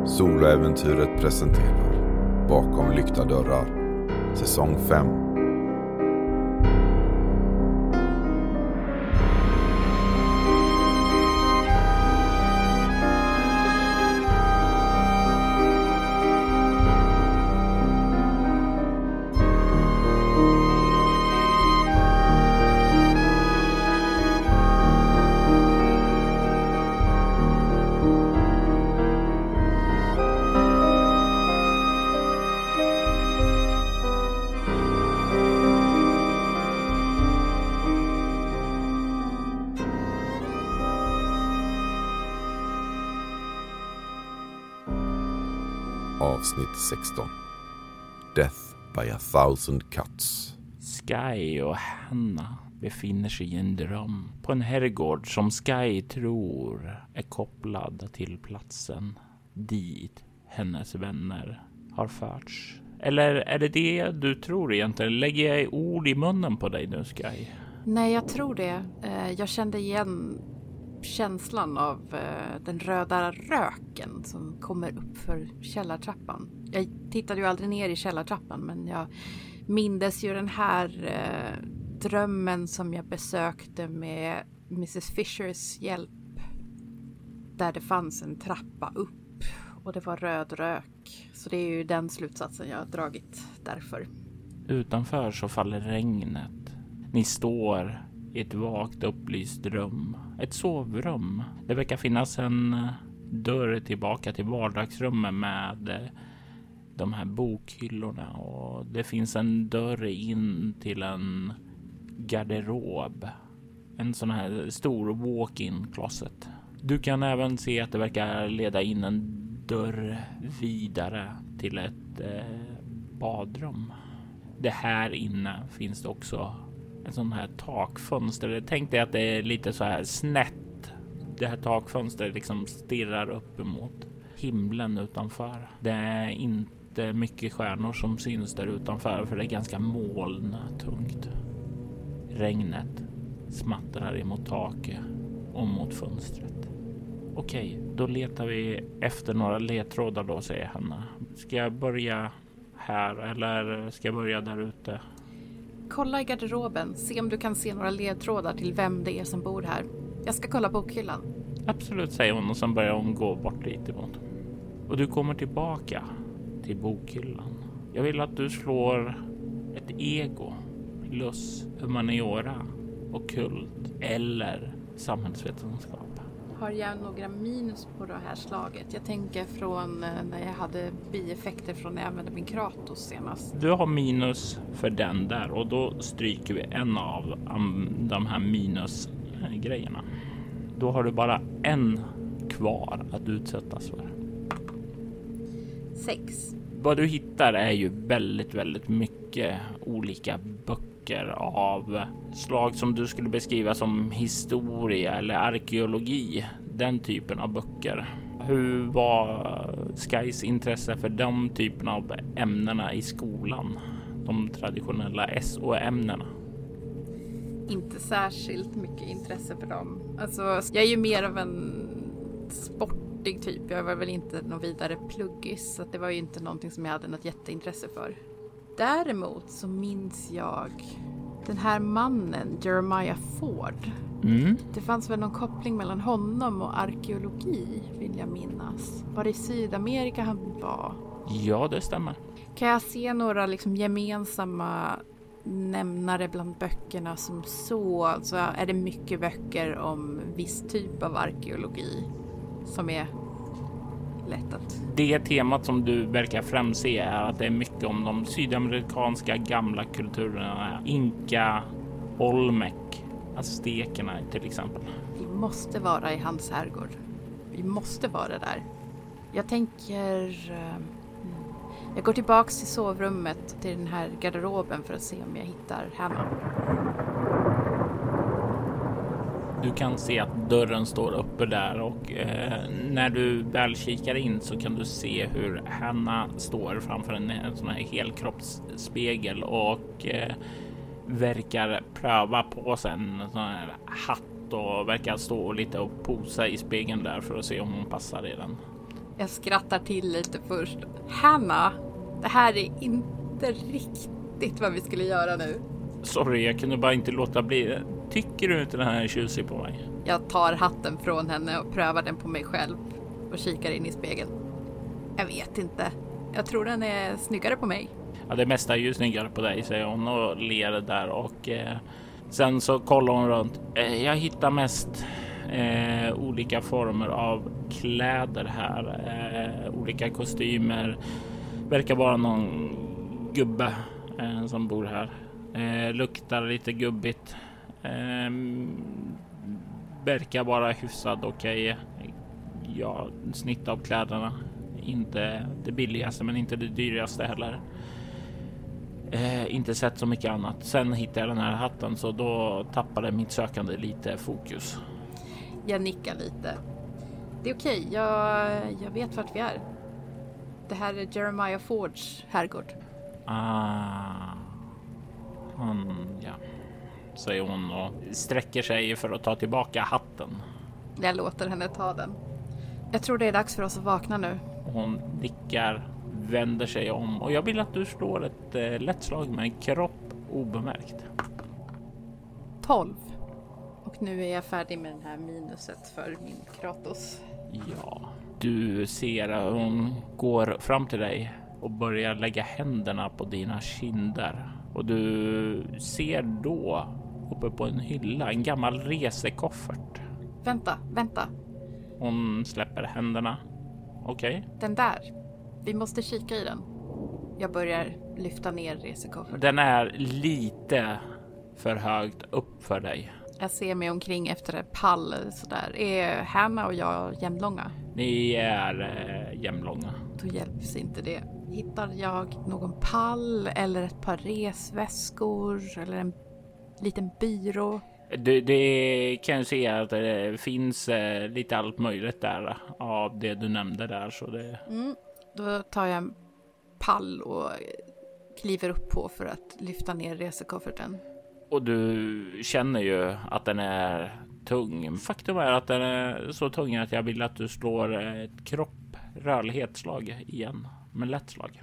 Soloäventyret presenterar Bakom lyckta dörrar, säsong 5. Avsnitt 16. Death by a thousand cuts. Sky och Hanna befinner sig i en dröm på en herrgård som Sky tror är kopplad till platsen dit hennes vänner har förts. Eller är det du tror egentligen? Lägger jag ord i munnen på dig nu, Sky? Nej, jag tror det. Jag kände igen känslan av den röda röken som kommer upp för källartrappan. Jag tittade ju aldrig ner i källartrappan, men jag mindes ju den här drömmen som jag besökte med Mrs. Fishers hjälp. Där det fanns en trappa upp och det var röd rök. Så det är ju den slutsatsen jag har dragit därför. Utanför så faller regnet. Ni står i ett vagt upplyst rum. Ett sovrum. Det verkar finnas en dörr tillbaka till vardagsrummet med de här bokhyllorna. Och det finns en dörr in till en garderob. En sån här stor walk-in closet. Du kan även se att det verkar leda in en dörr vidare till ett badrum. Det här inne finns det också en sån här takfönster. Jag tänkte att det är lite så här snett. Det här takfönstret liksom stirrar upp emot himlen utanför. Det är inte mycket stjärnor som syns där utanför, för det är ganska molntungt. Regnet smattrar emot taket och mot fönstret. Okej, då letar vi efter några ledtrådar då, säger Hanna. Ska jag börja här eller ska jag börja där ute? Kolla i garderoben, se om du kan se några ledtrådar till vem det är som bor här. Jag ska kolla bokhyllan. Absolut, säger hon, och sen börjar hon gå bort dit emot. Och du kommer tillbaka till bokhyllan. Jag vill att du slår ett ego plus humaniora och kult eller samhällsvetenskap. Har jag några minus på det här slaget? Jag tänker från när jag hade bieffekter från när jag använde min Kratos senast. Du har minus för den där, och då stryker vi en av de här minusgrejerna. Då har du bara en kvar att utsättas för. 6. Vad du hittar är ju väldigt, väldigt mycket olika böcker av slag som du skulle beskriva som historia eller arkeologi. Den typen av böcker. Hur var Skys intresse för de typen av ämnena i skolan? De traditionella SO-ämnena? Inte särskilt mycket intresse för dem. Alltså, jag är ju mer av en sportig typ. Jag var väl inte någon vidare pluggis, så det var ju inte någonting som jag hade något jätteintresse för. Däremot så minns jag den här mannen, Jeremiah Ford. Det fanns väl någon koppling mellan honom och arkeologi, vill jag minnas. Var det i Sydamerika han var? Ja, det stämmer. Kan jag se några liksom gemensamma nämnare bland böckerna som så? Alltså är det mycket böcker om viss typ av arkeologi som är lätt att... Det temat som du verkar framse är att det är mycket om de sydamerikanska gamla kulturerna. Inka, Olmec, aztekerna till exempel. Vi måste vara i hans herrgård. Vi måste vara där. Jag tänker... Jag går tillbaks till sovrummet, till den här garderoben, för att se om jag hittar Hanna. Du kan se att dörren står uppe där, och när du väl kikar in så kan du se hur Hanna står framför en sån här helkroppsspegel och verkar pröva på sig en sån här hatt och verkar stå lite och posa i spegeln där för att se om hon passar i den. Jag skrattar till lite först. Hanna, det här är inte riktigt vad vi skulle göra nu. Sorry, jag kunde bara inte låta bli. Tycker du inte den här är tjusig på mig? Jag tar hatten från henne och prövar den på mig själv och kikar in i spegeln. Jag vet inte. Jag tror den är snyggare på mig. Ja, det mesta är ju snyggare på dig, säger hon och ler där. Och sen så kollar hon runt. Jag hittar mest olika former av kläder här. Olika kostymer. Verkar vara någon gubbe som bor här. Luktar lite gubbigt. Verkar vara hyfsad okej. Ja, snitt av kläderna. Inte det billigaste men inte det dyraste heller. Inte sett så mycket annat. Sen hittade jag den här hatten så då tappade mitt sökande lite fokus. Jag nickar lite. Det är okej, jag vet vart vi är. Det här är Jeremiah Fords herrgård. Ja, säger hon och sträcker sig för att ta tillbaka hatten. Jag låter henne ta den. Jag tror det är dags för oss att vakna nu. Hon nickar, vänder sig om och jag vill att du slår ett lätt slag med en kropp obemärkt. 12. Och nu är jag färdig med den här minuset för min Kratos. Ja, du ser att hon går fram till dig och börjar lägga händerna på dina kinder. Och du ser då uppe på en hylla en gammal resekoffert. Vänta. Hon släpper händerna. Okej. Den där. Vi måste kika i den. Jag börjar lyfta ner resekofferten. Den är lite för högt upp för dig. Jag ser mig omkring efter en pall sådär. Är Hanna och jag jämnlånga? Ni är jämnlånga. Då hjälps inte det. Hittar jag någon pall eller ett par resväskor eller en liten byrå? Det kan jag se att det finns lite allt möjligt där av det du nämnde där. Så det... Då tar jag en pall och kliver upp på för att lyfta ner resekofferten. Och du känner ju att den är tung. Faktum är att den är så tung att jag vill att du slår ett rörlighetsslag igen. Med lätt slag.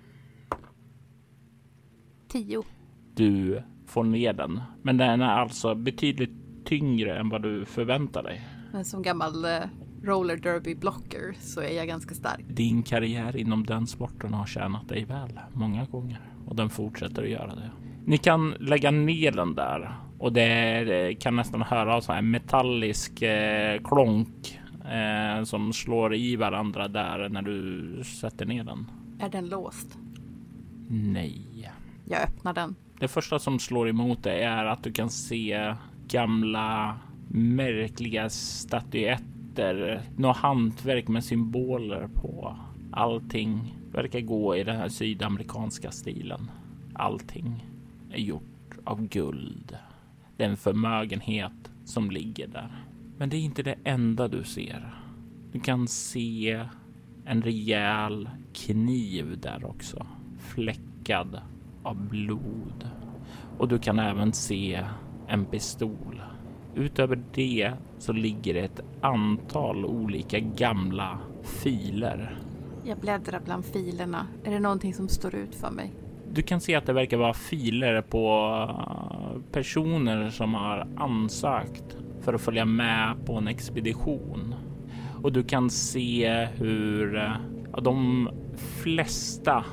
10. Du får ner den. Men den är alltså betydligt tyngre än vad du förväntar dig. Men som gammal roller derby blocker så är jag ganska stark. Din karriär inom den sporten har tjänat dig väl många gånger. Och den fortsätter att göra det. Ni kan lägga ner den där. Och det kan nästan höra så här metallisk klonk som slår i varandra där när du sätter ner den. Är den låst? Nej. Jag öppnar den. Det första som slår emot dig är att du kan se gamla märkliga statyetter. Något hantverk med symboler på. Allting verkar gå i den här sydamerikanska stilen. Allting är gjort av guld. Det är en förmögenhet som ligger där. Men det är inte det enda du ser. Du kan se en rejäl kniv där också. Fläckad av blod. Och du kan även se en pistol. Utöver det så ligger det ett antal olika gamla filer. Jag bläddrar bland filerna. Är det någonting som står ut för mig? Du kan se att det verkar vara filer på personer som har ansökt för att följa med på en expedition. Och du kan se hur de flesta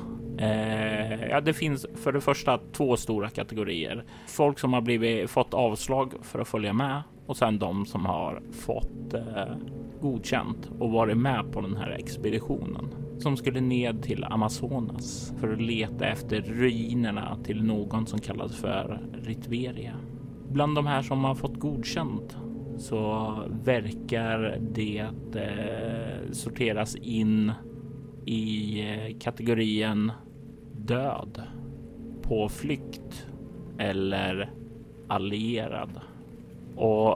det finns för det första 2 stora kategorier. Folk som har fått avslag för att följa med och sen de som har fått godkänt och varit med på den här expeditionen som skulle ned till Amazonas för att leta efter ruinerna till någon som kallas för Ritveria. Bland de här som har fått godkänt så verkar det sorteras in i kategorien död, på flykt eller allierad. Och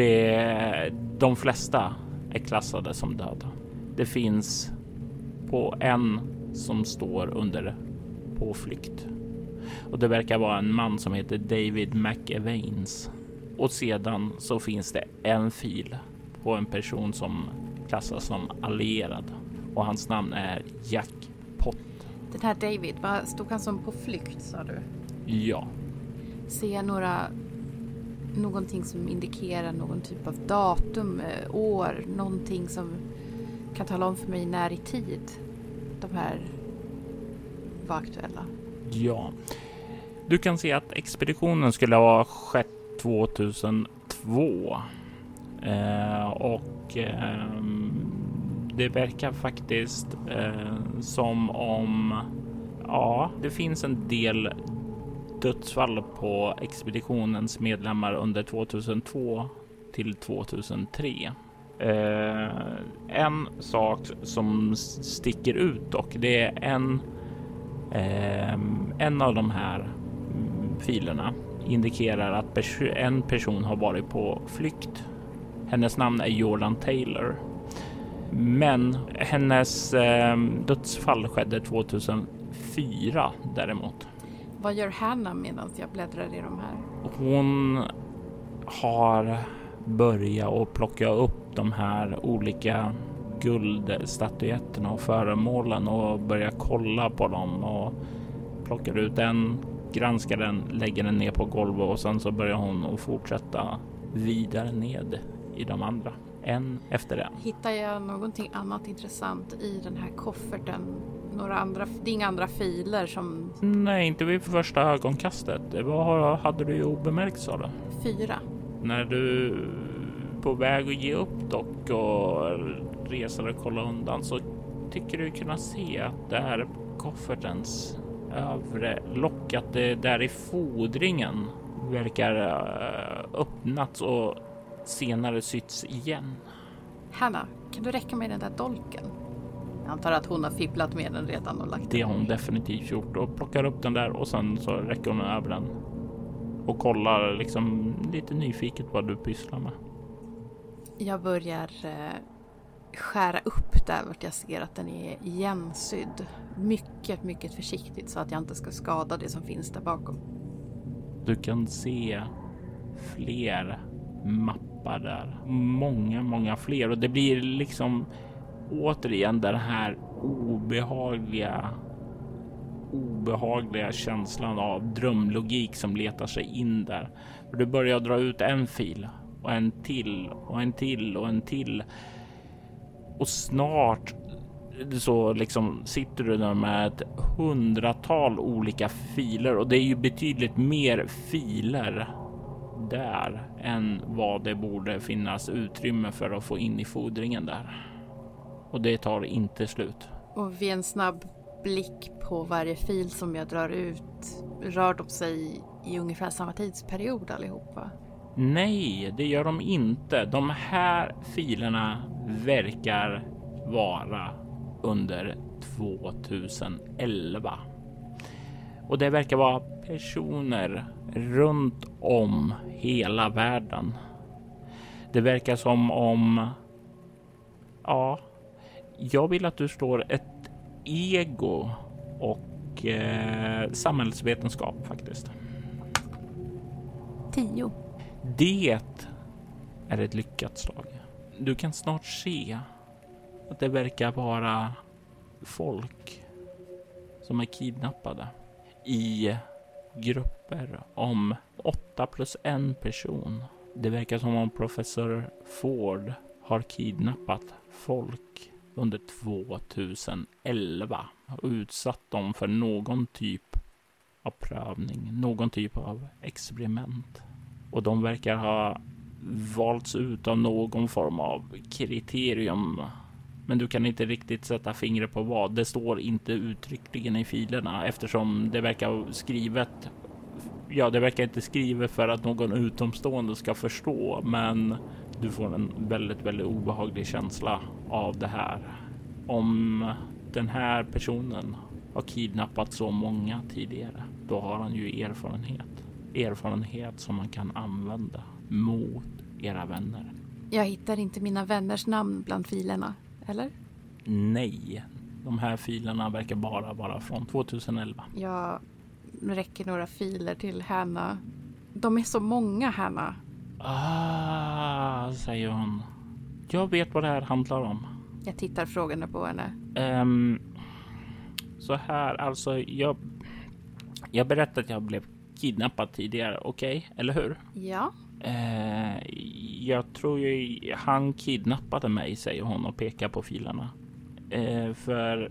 de flesta är klassade som döda. Det finns på en som står under på flykt. Och det verkar vara en man som heter David McEvains. Och sedan så finns det en fil på en person som klassas som allierad. Och hans namn är Jack Pott. Den här David, stod han som på flykt, sa du? Ja. Ser jag någonting som indikerar någon typ av datum, år, någonting som kan tala om för mig när i tid de här var aktuella? Ja. Du kan se att expeditionen skulle ha skett 2002. Det verkar faktiskt som om det finns en del dödsfall på expeditionens medlemmar under 2002 till 2003. En sak som sticker ut, och det är en av de här filerna indikerar att en person har varit på flykt. Hennes namn är Jordan Taylor. Men hennes dödsfall skedde 2004 däremot. Vad gör Hannah medan jag bläddrar i de här? Hon har börjat att plocka upp de här olika guldstatyetterna och föremålen och börja kolla på dem och plockar ut en, granskar den, lägger den ner på golvet och sen så börjar hon att fortsätta vidare ned i de andra. En efter en. Hittar jag någonting annat intressant i den här kofferten? Det är inga andra filer som... Nej, inte vid första ögonkastet. Vad hade du ju obemärkt, sa du? 4. När du på väg att ge upp dock och resa och kolla undan så tycker du kunna se att det är koffertens övre lock, att det där i fodringen verkar öppnats och senare sytts igen. Hannah, kan du räcka mig den där dolken? Jag antar att hon har fipplat med den redan och lagt den. Det har hon definitivt gjort och plockar upp den där och sen så räcker hon över den och kollar liksom lite nyfiket vad du pysslar med. Jag börjar skära upp där vart jag ser att den är igensydd. Mycket, mycket försiktigt så att jag inte ska skada det som finns där bakom. Du kan se fler mappar där. Många fler. Och det blir liksom återigen den här obehagliga känslan av drömlogik som letar sig in där. För du börjar dra ut en fil och en till och en till och en till. Och snart så liksom sitter du där med ett 100-tal olika filer och det är ju betydligt mer filer där än vad det borde finnas utrymme för att få in i fodringen där. Och det tar inte slut. Och vid en snabb blick på varje fil som jag drar ut, rör de sig i ungefär samma tidsperiod allihopa? Nej, det gör de inte. De här filerna verkar vara under 2011. Och det verkar vara personer runt om hela världen. Det verkar som om... Ja, jag vill att du slår ett ego och samhällsvetenskap faktiskt. 10. Det är ett lyckat slag. Du kan snart se att det verkar vara folk som är kidnappade i grupper om 8 plus 1 person. Det verkar som om professor Ford har kidnappat folk under 2011 och utsatt dem för någon typ av prövning, någon typ av experiment. Och de verkar ha valts ut av någon form av kriterium. Men du kan inte riktigt sätta fingret på vad. Det står inte uttryckligen i filerna eftersom det verkar skrivet. Ja, det verkar inte skrivet för att någon utomstående ska förstå. Men du får en väldigt, väldigt obehaglig känsla av det här. Om den här personen har kidnappat så många tidigare, då har han ju erfarenhet som man kan använda mot era vänner. Jag hittar inte mina vänners namn bland filerna, eller? Nej, de här filerna verkar bara vara från 2011. Jag räcker några filer till Hannah. De är så många, Hannah. Säger hon. Jag vet vad det här handlar om. Jag tittar frågande på henne. Så här, alltså jag berättade att jag blev kidnappad tidigare, okej? Eller hur? Ja. Jag tror ju han kidnappade mig, säger hon och pekar på filerna. För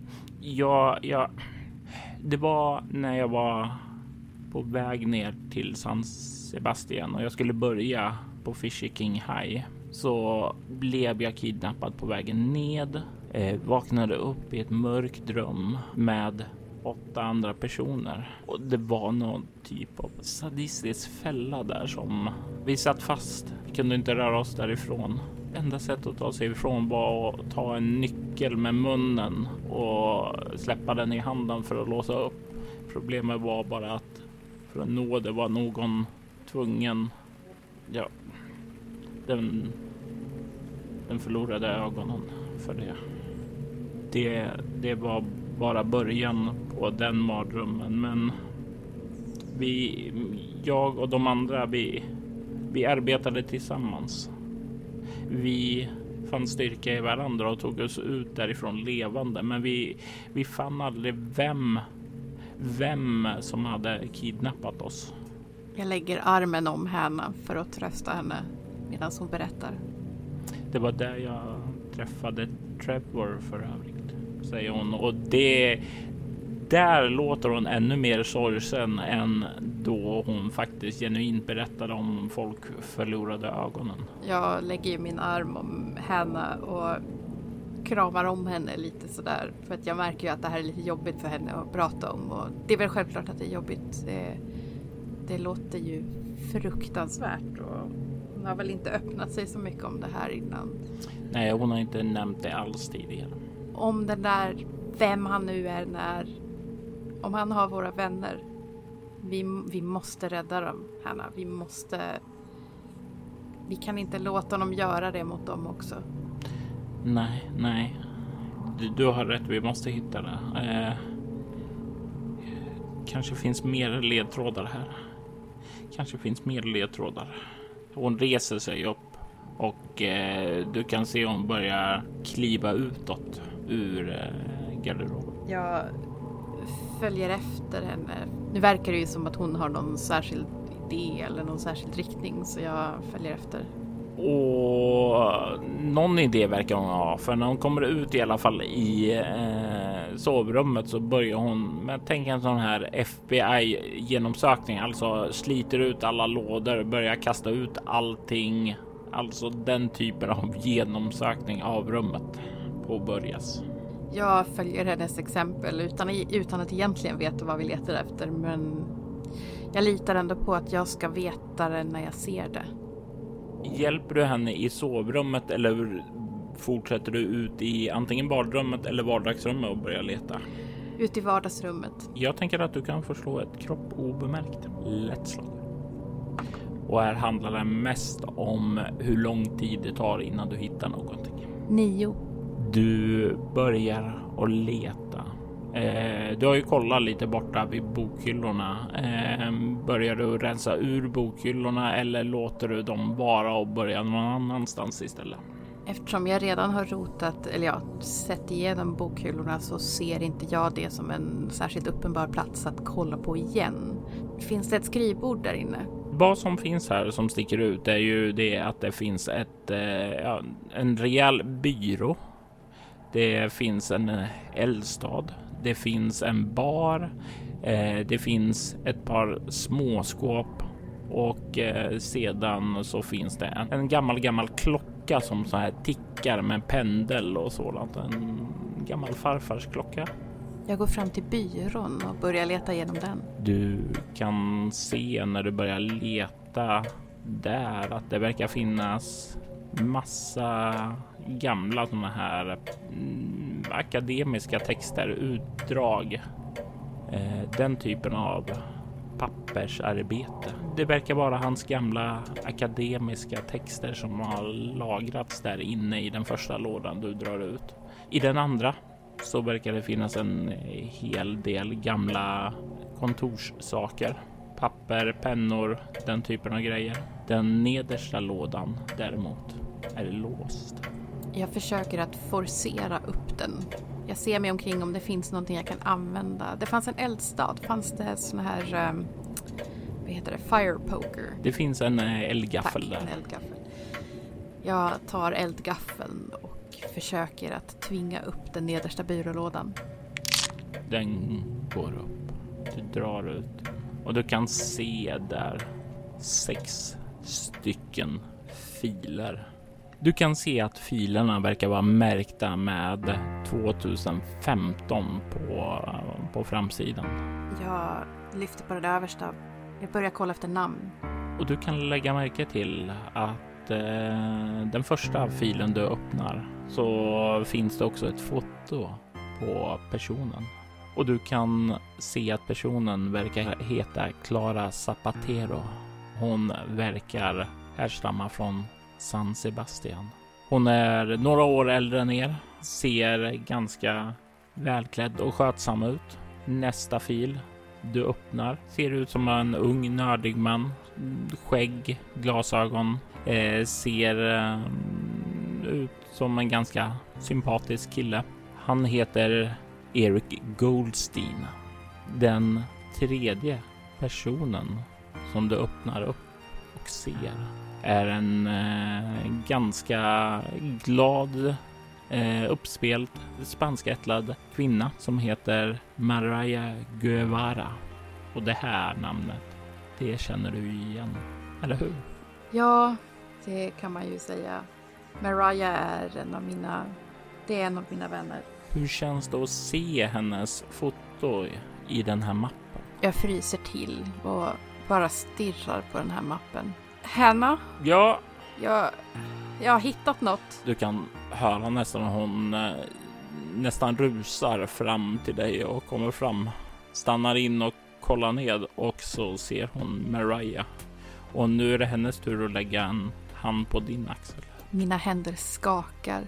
det var när jag var på väg ner till San Sebastian och jag skulle börja på Fishy King High, så blev jag kidnappad på vägen ned. Vaknade upp i ett mörkt rum med 8 andra personer. Och det var någon typ av sadistisk fälla där som vi satt fast. Vi kunde inte röra oss därifrån. Enda sättet att ta sig ifrån var att ta en nyckel med munnen och släppa den i handen för att låsa upp. Problemet var bara att för att nå det var någon tvungen. Ja, den förlorade ögonen för det. Det var bara början på den mardrömmen, men jag och de andra, vi arbetade tillsammans. Vi fann styrka i varandra och tog oss ut därifrån levande, men vi fann aldrig vem som hade kidnappat oss. Jag lägger armen om henne för att trösta henne medan hon berättar. Det var där jag träffade Trevor för övrigt, säger hon. Och där låter hon ännu mer sorgsen än då hon faktiskt genuint berättade om folk förlorade ögonen. Jag lägger min arm om henne och kramar om henne lite sådär. För att jag märker ju att det här är lite jobbigt för henne att prata om. Och det är väl självklart att det är jobbigt. Det låter ju fruktansvärt och hon har väl inte öppnat sig så mycket om det här innan. Nej, hon har inte nämnt det alls tidigare. Om den där, vem han nu är, om han har våra vänner. Vi måste rädda dem, Hanna. Vi kan inte låta dem göra det mot dem också. Nej. Du har rätt, vi måste hitta det. Kanske finns mer ledtrådar här. Hon reser sig upp och du kan se hon börjar kliva utåt ur garderoben. Jag följer efter henne. Nu verkar det ju som att hon har någon särskild idé eller någon särskild riktning, så jag följer efter. Och någon idé verkar hon ha, för när hon kommer ut i alla fall i sovrummet så börjar hon med tänka en sån här FBI-genomsökning, alltså sliter ut alla lådor, börjar kasta ut allting, alltså den typen av genomsökning av rummet påbörjas. Jag följer hennes exempel utan att egentligen veta vad vi letar efter, men jag litar ändå på att jag ska veta det när jag ser det. Hjälper du henne i sovrummet eller fortsätter du ut i antingen badrummet eller vardagsrummet och börjar leta? Ut i vardagsrummet. Jag tänker att du kan få slå ett kropp obemärkt. Lätt slag. Och här handlar det mest om hur lång tid det tar innan du hittar någonting. 9. Du börjar att leta. Du har ju kollat lite borta vid bokhyllorna. Börjar du rensa ur bokhyllorna eller låter du dem vara och börja någon annanstans istället? Eftersom jag redan har sett igenom bokhyllorna, så ser inte jag det som en särskilt uppenbar plats att kolla på igen. Finns det ett skrivbord där inne? Vad som finns här som sticker ut är ju det att det finns en rejäl byrå. Det finns en eldstad. Det finns en bar. Det finns ett par småskåp. Och sedan så finns det en gammal klocka som så här tickar med pendel och sådant. En gammal farfars klocka. Jag går fram till byrån och börjar leta igenom den. Du kan se när du börjar leta där att det verkar finnas massa gamla såna här akademiska texter, utdrag. Den typen av pappersarbete. Det verkar vara hans gamla akademiska texter som har lagrats där inne i den första lådan du drar ut. I den andra så verkar det finnas en hel del gamla kontorssaker. Papper, pennor, den typen av grejer. Den nedersta lådan däremot är låst. Jag försöker att forcera upp den. Jag ser mig omkring om det finns någonting jag kan använda. Det fanns en eldstad. Fanns det sån här, vad heter det? Fire poker. Det finns en eldgaffel där. En eldgaffel. Jag tar eldgaffeln och försöker att tvinga upp den nedersta byrålådan. Den går upp. Du drar ut. Och du kan se där 6 stycken filer. Du kan se att filerna verkar vara märkta med 2015 på framsidan. Jag lyfter på det översta. Jag börjar kolla efter namn. Och du kan lägga märke till att den första filen du öppnar så finns det också ett foto på personen. Och du kan se att personen verkar heta Clara Zapatero. Hon verkar härstamma från San Sebastian. Hon är några år äldre än er. Ser ganska välklädd och skötsam ut. Nästa fil du öppnar ser ut som en ung nördig man. Skägg, glasögon. Ser ut som en ganska sympatisk kille. Han heter Eric Goldstein. Den tredje personen som du öppnar upp och ser är en ganska glad, uppspelt, spanskättlad kvinna som heter Maria Guevara. Och det här namnet, det känner du igen, eller hur? Ja, det kan man ju säga. Maria är en av mina vänner. Hur känns det att se hennes foto i den här mappen? Jag fryser till och bara stirrar på den här mappen. Hanna? Ja? Jag har hittat något. Du kan höra nästan hon nästan rusar fram till dig och kommer fram. Stannar in och kollar ned och så ser hon Maria. Och nu är det hennes tur att lägga en hand på din axel. Mina händer skakar.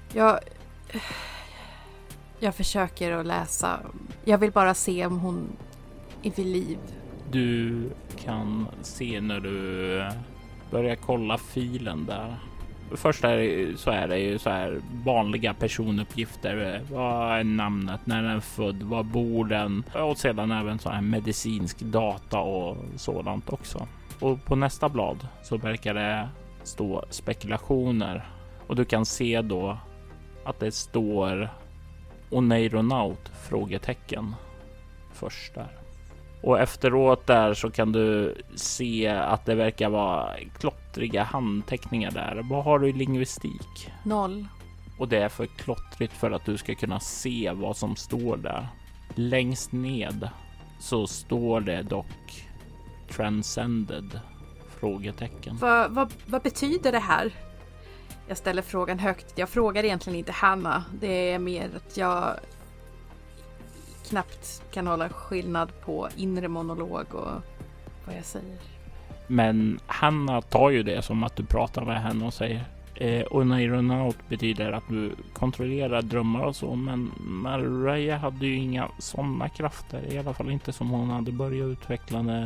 Jag försöker att läsa. Jag vill bara se om hon är vid liv. Du kan se när du börjar kolla filen där. Först så är det ju så här vanliga personuppgifter. Vad är namnet, när den är född, var bor den? Och sedan även så här medicinsk data och sådant också. Och på nästa blad så verkar det stå spekulationer. Och du kan se då att det står Oneironaut? Frågetecken först där. Och efteråt där så kan du se att det verkar vara klottriga handteckningar där. Vad har du i lingvistik? 0. Och det är för klottrigt för att du ska kunna se vad som står där. Längst ned så står det dock Transcended? Frågetecken. Vad betyder det här? Jag ställer frågan högt. Jag frågar egentligen inte Hanna. Det är mer att jag knappt kan hålla skillnad på inre monolog och vad jag säger. Men Hanna tar ju det som att du pratar med henne och säger Oneironaut betyder att du kontrollerar drömmar och så, men Maria hade ju inga sådana krafter, i alla fall inte som hon hade börjat utveckla när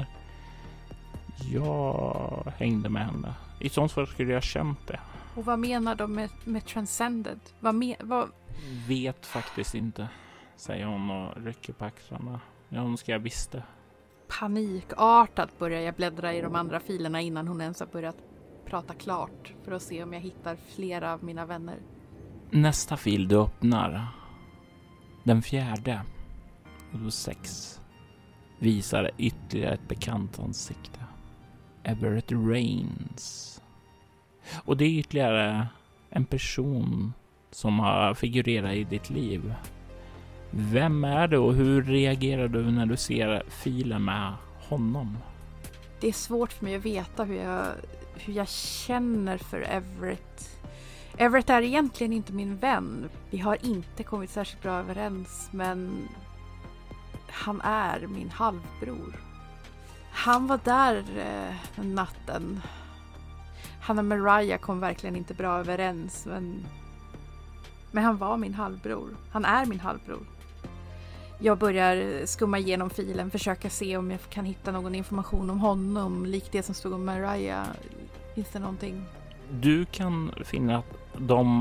jag hängde med henne. I sånt fall skulle jag känt det. Och vad menar de med Transcended? Vad... Vet faktiskt inte, säger hon och rycker på axlarna. Jag önskar jag visste. Panikartat börjar jag bläddra i de andra filerna innan hon ens har börjat prata klart för att se om jag hittar flera av mina vänner. Nästa fil du öppnar, den 4 och 6, visar ytterligare ett bekant ansikte. Everett Rains. Och det är ytterligare en person som har figurerat i ditt liv. Vem är det och hur reagerar du när du ser filen med honom? Det är svårt för mig att veta hur jag känner för Everett. Everett är egentligen inte min vän. Vi har inte kommit särskilt bra överens, men han är min halvbror. Han var där natten. Han och Maria kom verkligen inte bra överens, men han var min halvbror. Han är min halvbror. Jag börjar skumma igenom filen, försöka se om jag kan hitta någon information om honom, likt det som stod om Maria. Finns det någonting? Du kan finna att de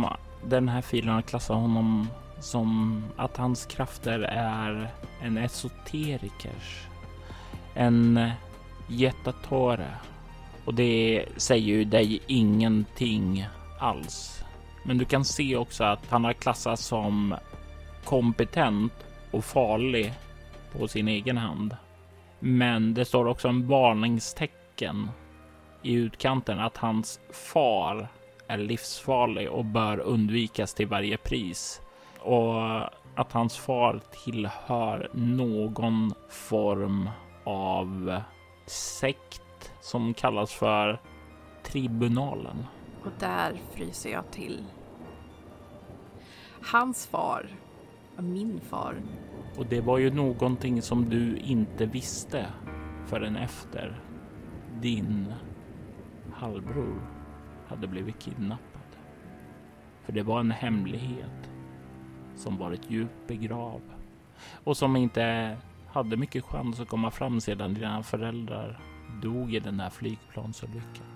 Den här filen klassar honom som att hans krafter är en esoterikers, en jättatore. Och det säger ju dig ingenting alls. Men du kan se också att han har klassats som kompetent och farlig på sin egen hand. Men det står också en varningstecken i utkanten att hans far är livsfarlig och bör undvikas till varje pris. Och att hans far tillhör någon form av sekt som kallas för tribunalen. Och där fryser jag till. Hans far och min far. Och det var ju någonting som du inte visste förrän efter din halvbror hade blivit kidnappad. För det var en hemlighet som varit djupt begravd och som inte hade mycket chans att komma fram sedan dina föräldrar dog i den här flygplansolyckan.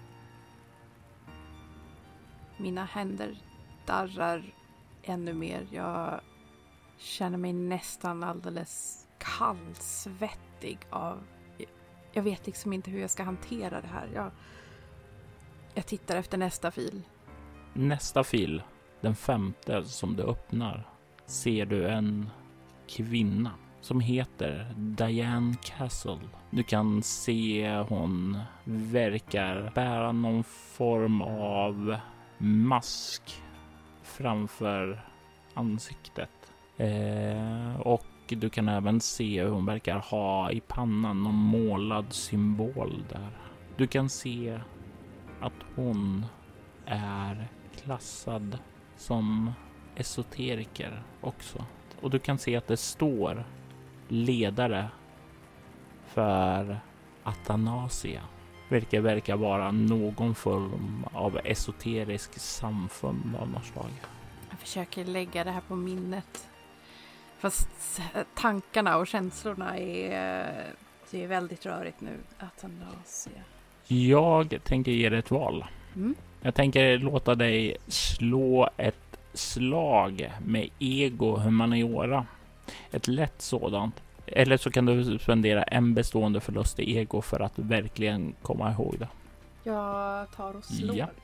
Mina händer darrar ännu mer. Jag känner mig nästan alldeles kallsvettig av... Jag vet liksom inte hur jag ska hantera det här. Jag tittar efter nästa fil. Nästa fil, den 5:e som du öppnar, ser du en kvinna som heter Diane Castle. Du kan se hon verkar bära någon form av mask framför ansiktet. Och du kan även se hur hon verkar ha i pannan någon målad symbol där. Du kan se att hon är klassad som esoteriker också. Och du kan se att det står ledare för Athanasia. Vilket verkar vara någon form av esoterisk samfund av något slag. Jag försöker lägga det här på minnet. Fast tankarna och känslorna det är väldigt rörigt nu. Athanasia. Jag tänker ge dig ett val. Jag tänker låta dig slå ett slag med ego humaniora. Ett lätt sådant. Eller så kan du spendera en bestående förlust i ego för att verkligen komma ihåg det. Jag tar och slår. Ja.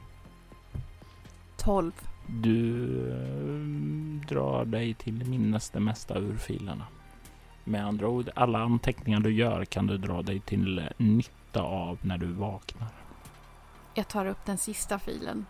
12. Du drar dig till minnes det mesta ur filerna. Med andra ord, alla anteckningar du gör kan du dra dig till nytta av när du vaknar. Jag tar upp den sista filen.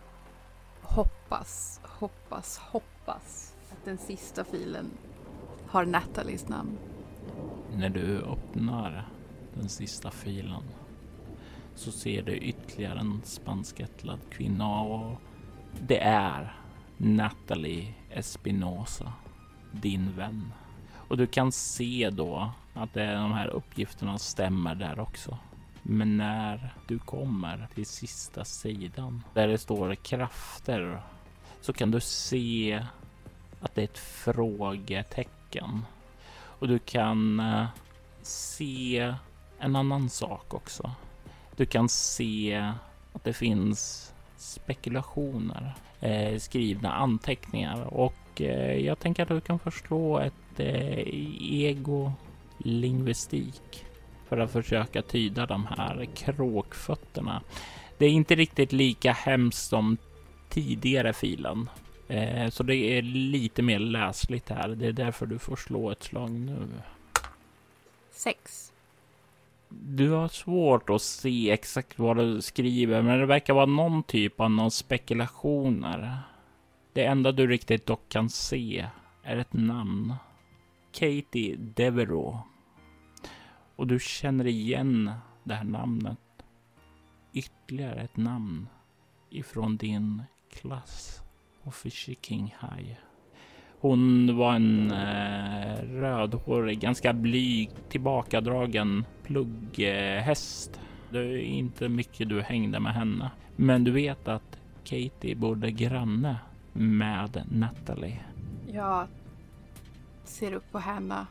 Hoppas att den sista filen har Nathalies namn. När du öppnar den sista filen så ser du ytterligare en spanskättlad kvinna och det är Nathalie Espinosa, din vän. Och du kan se då att de här uppgifterna stämmer där också. Men när du kommer till sista sidan där det står krafter så kan du se att det är ett frågetecken. Och du kan se en annan sak också. Du kan se att det finns spekulationer, skrivna anteckningar och jag tänker att du kan förstå ett ego-lingvistik för att försöka tyda de här kråkfötterna. Det är inte riktigt lika hemskt som tidigare filen. Så det är lite mer läsligt här. Det är därför du får slå ett slag nu. 6. Du har svårt att se exakt vad du skriver, men det verkar vara någon typ av någon spekulationer. Det enda du riktigt dock kan se är ett namn. Katie Devereaux. Och du känner igen det här namnet. Ytterligare ett namn ifrån din klass på Fishy King High. Hon var en rödhårig, ganska blyg, tillbakadragen plugghäst. Det är inte mycket du hängde med henne. Men du vet att Katie bodde granne med Nathalie. Jag ser upp på henne.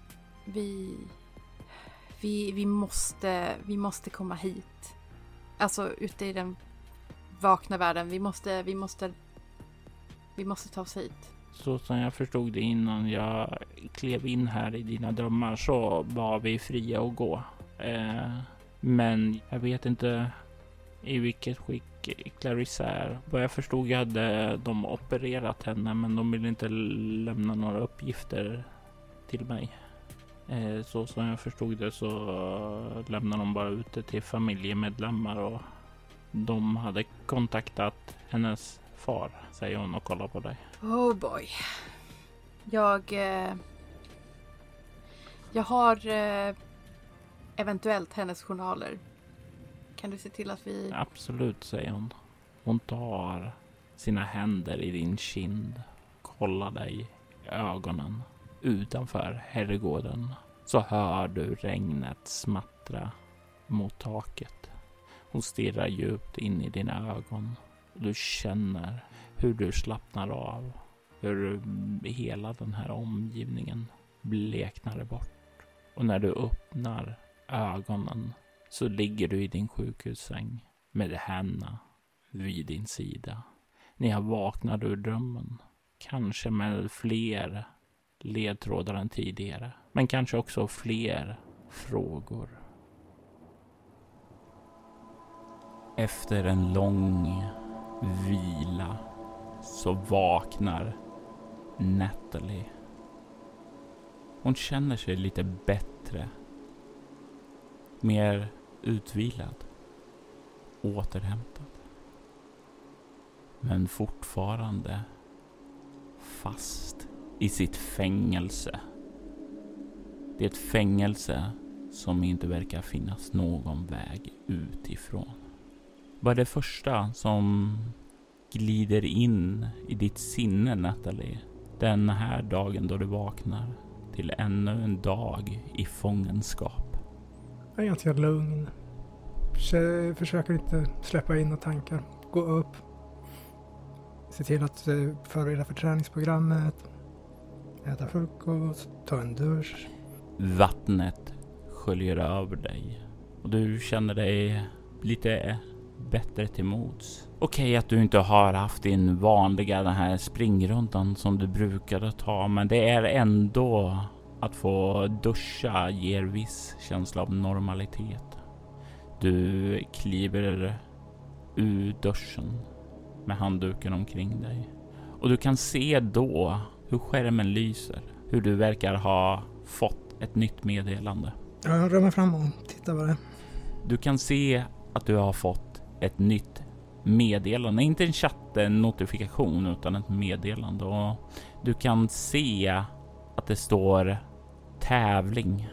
Vi måste komma hit. Alltså ute i den vakna världen. Vi måste Vi måste ta oss hit. Så som jag förstod det innan jag klev in här i dina drömmar så var vi fria att gå. Men jag vet inte i vilket skick Clarissa är. Vad jag förstod hade de opererat henne, men de ville inte lämna några uppgifter till mig. Så som jag förstod det så lämnade de bara ut det till familjemedlemmar och de hade kontaktat hennes far, säger hon och kollar på dig. Oh boy. Jag har eventuellt hennes journaler. Kan du se till att vi... Absolut, säger hon. Hon tar sina händer i din kind, kollar dig i ögonen. Utanför herrgården så hör du regnet smattra mot taket. Hon stirrar djupt in i dina ögon. Och du känner hur du slappnar av. Hur hela den här omgivningen bleknar bort. Och när du öppnar ögonen så ligger du i din sjukhussäng med henne vid din sida. Ni har vaknat ur drömmen. Kanske med fler ledtrådar än tidigare. Men kanske också fler frågor. Efter en lång vila så vaknar Natalie. Hon känner sig lite bättre. Mer utvilad. Återhämtad. Men fortfarande fast i sitt fängelse. Det är ett fängelse som inte verkar finnas någon väg ut ifrån. Vad är det första som glider in i ditt sinne, Natalie? Den här dagen då du vaknar till ännu en dag i fångenskap. Jag är ganska lugn. Försöker inte släppa in några tankar. Gå upp. Se till att förbereda för träningsprogrammet. Äta frukost. Ta en dusch. Vattnet sköljer över dig. Och du känner dig lite bättre till mods. Okej att du inte har haft din vanliga den här springrundan som du brukade ta. Men det är ändå att få duscha ger viss känsla av normalitet. Du kliver ur duschen med handduken omkring dig. Och du kan se då hur skärmen lyser. Hur du verkar ha fått ett nytt meddelande. Jag rör mig fram och tittar vad det är. Du kan se att du har fått ett nytt meddelande. Inte en chatt-notifikation utan ett meddelande. Och du kan se att det står tävling.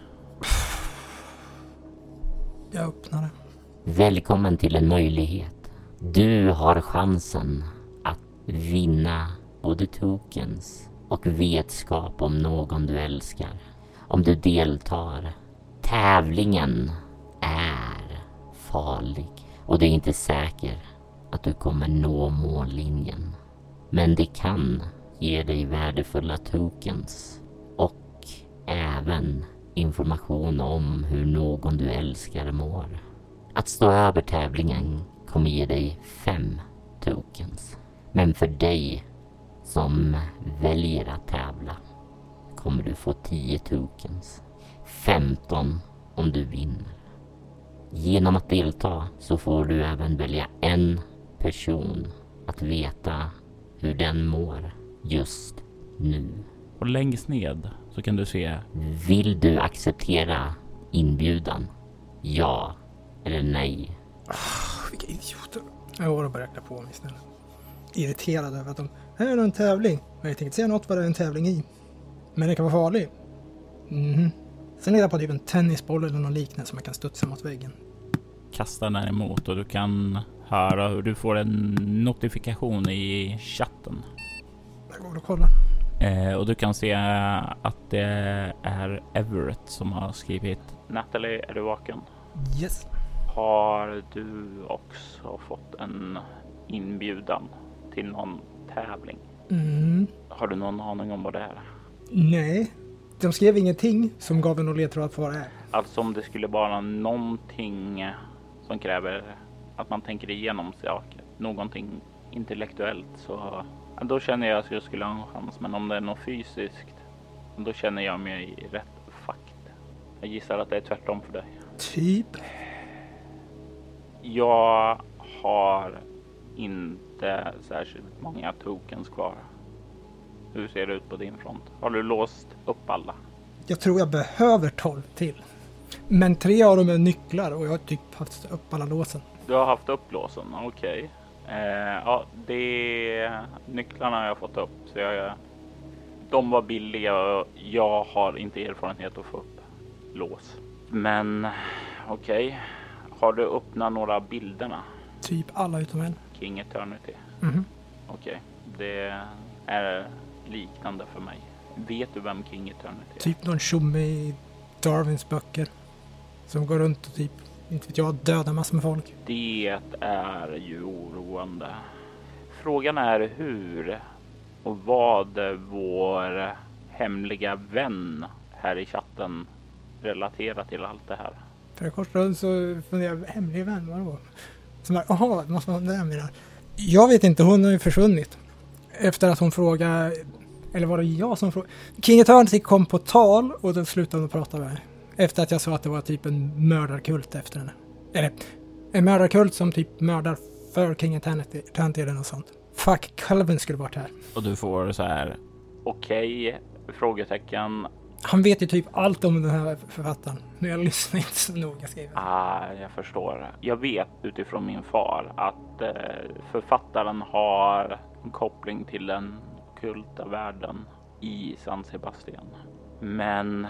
Jag öppnar det. Välkommen till en möjlighet. Du har chansen att vinna både tokens och vetskap om någon du älskar. Om du deltar. Tävlingen är farlig och det är inte säkert att du kommer nå mållinjen. Men det kan ge dig värdefulla tokens och även information om hur någon du älskar mår. Att stå över tävlingen kommer ge dig 5 tokens. Men för dig som väljer att tävla kommer du få 10 tokens. 15 om du vinner. Genom att delta så får du även välja en person att veta hur den mår just nu. Och längst ned så kan du se: Vill du acceptera inbjudan? Ja eller nej? Vilka idioter. Jag går och börjar räkna på mig snälla. Irriterad över att här är en tävling. Men jag tänkte inte säga något vad det är en tävling i. Men det kan vara farlig. Sen är det på typ en tennisboll eller något liknande som man kan studsa mot väggen. Kastar den emot och du kan höra hur du får en notifikation i chatten. Jag går och kollar. Och du kan se att det är Everett som har skrivit: Natalie, är du vaken? Yes. Har du också fått en inbjudan till någon tävling? Har du någon aning om vad det är? Nej. De skrev ingenting som gav en någon ledtråd för vad det är. Alltså om det skulle vara någonting som kräver att man tänker igenom saker, någonting intellektuellt, så Då känner jag att jag skulle ha en chans. Men om det är något fysiskt, då känner jag mig rätt fucked. Jag gissar att det är tvärtom för dig. Typ. Jag har inte särskilt många tokens kvar. Hur ser det ut på din front? Har du låst upp alla? Jag tror jag behöver 12 till. Men 3 av dem är nycklar och jag har typ haft upp alla låsen. Du har haft upp låsen, okej. Ja, nycklarna har jag fått upp. Så de var billiga och jag har inte erfarenhet att få upp lås. Men okej. Har du öppnat några bilderna? Typ alla utom en. King Eternity? Mhm. Okej. Det är liknande för mig. Vet du vem King Eternity är? Typ någon tjomme i Darwins böcker. Som går runt och typ, inte vet jag, dödar massor med folk. Det är ju oroande. Frågan är hur och vad vår hemliga vän här i chatten relaterar till allt det här. För en kort stund så funderar jag, hemlig vän, vadå? Som är, jaha, det måste vara det med det. Jag vet inte, hon har ju försvunnit. Efter att hon frågade, eller var det jag som frågade? King Eternity kom på tal och då slutade hon prata med mig. Efter att jag sa att det var typ en mördarkult efter henne. Eller en mördarkult som typ mördar för King Eternity eller något sånt. Fuck, Calvin skulle varit här. Och du får så här, okej, frågetecken. Han vet ju typ allt om den här författaren. Nu jag lyssnar inte så noga skriver. Jag förstår. Jag vet utifrån min far att författaren har en koppling till den ockulta världen i San Sebastian. Men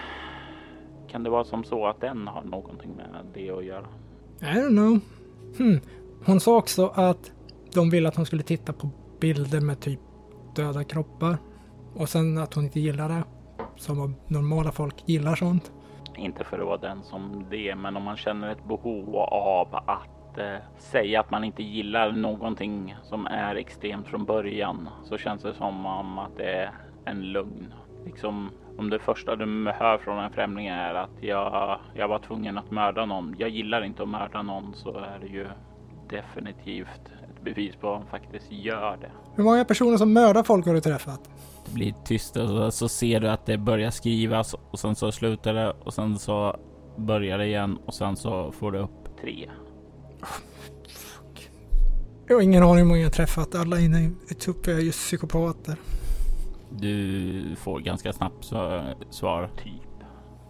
kan det vara som så att den har någonting med det att göra? I don't know. Hon sa också att de ville att hon skulle titta på bilder med typ döda kroppar. Och sen att hon inte gillar det. Som normala folk gillar sånt. Inte för att vara den som det, men om man känner ett behov av att säga att man inte gillar någonting som är extremt från början, så känns det som om att det är en lögn. Liksom om det första du hör från en främling är att jag var tvungen att mörda någon. Jag gillar inte att mörda någon, så är det ju definitivt ett bevis på att man faktiskt gör det. Hur många personer som mördar folk har du träffat? Det blir tyst och så ser du att det börjar skrivas och sen så slutar det och sen så börjar det igen och sen så får du upp 3. Jag har ingen aning hur många jag har träffat. Alla inne i Utopia är ju psykopater. Du får ganska snabbt svar. Typ.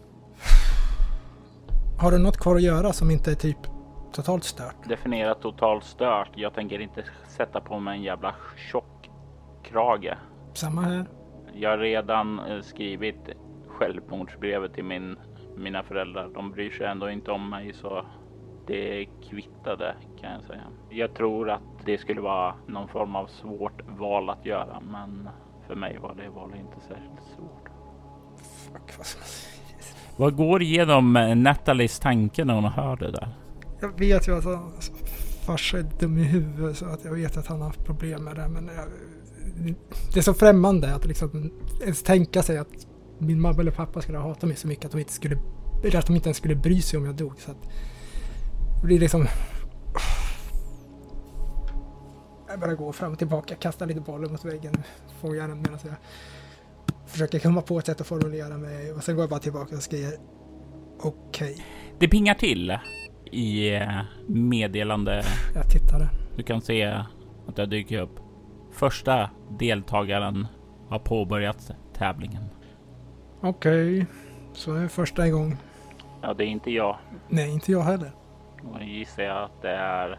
Har du något kvar att göra som inte är typ totalt stört? Definiera totalt stört. Jag tänker inte sätta på mig en jävla tjock krage. Samma här. Jag har redan skrivit självmordsbrevet till mina föräldrar. De bryr sig ändå inte om mig, så det kvittade, kan jag säga. Jag tror att det skulle vara någon form av svårt val att göra, men för mig var det valet inte särskilt svårt. Fuck, vad ska man säga? Vad går igenom Nathalies tanke när hon hör det där? Jag vet ju att hans farsa är dum i huvudet, så att jag vet att han har haft problem med det, men det är så främmande att liksom ens tänka sig att min mamma eller pappa skulle hata mig så mycket att de inte ens skulle bry sig om jag dog, så att det blir liksom, jag bara går fram och tillbaka, kastar lite bollen mot väggen, får gärna medan jag försöker komma på ett sätt att formulera mig, och sen går jag bara tillbaka och skriver okej. Det pingar till i meddelande. Jag tittade. Du kan se att det dyker upp. Första deltagaren har påbörjat tävlingen. Okej, så är första igång. Ja, det är inte jag. Nej, inte jag heller. Och gissar jag att det är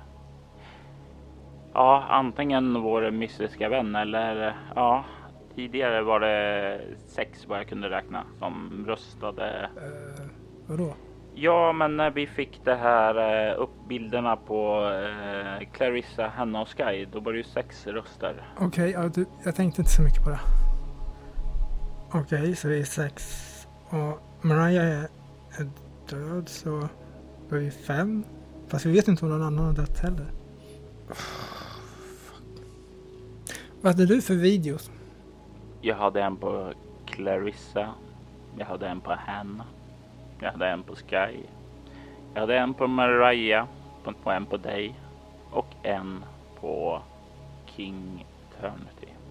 antingen vår mystiska vän eller tidigare var det 6 vad jag kunde räkna som röstade. Vadå? Ja, men när vi fick det här upp bilderna på Clarissa, Hanna och Sky, då var det ju 6 röster. Okej, jag tänkte inte så mycket på det. Okej, så vi är 6. Och Mariah är död, så då är vi 5. Fast vi vet inte om någon annan har dött heller. Vad hade du för videos? Jag hade en på Clarissa. Jag hade en på Hanna. Jag hade en på Sky. Jag hade en på Mariah. En på dig. Och en på King Eternity.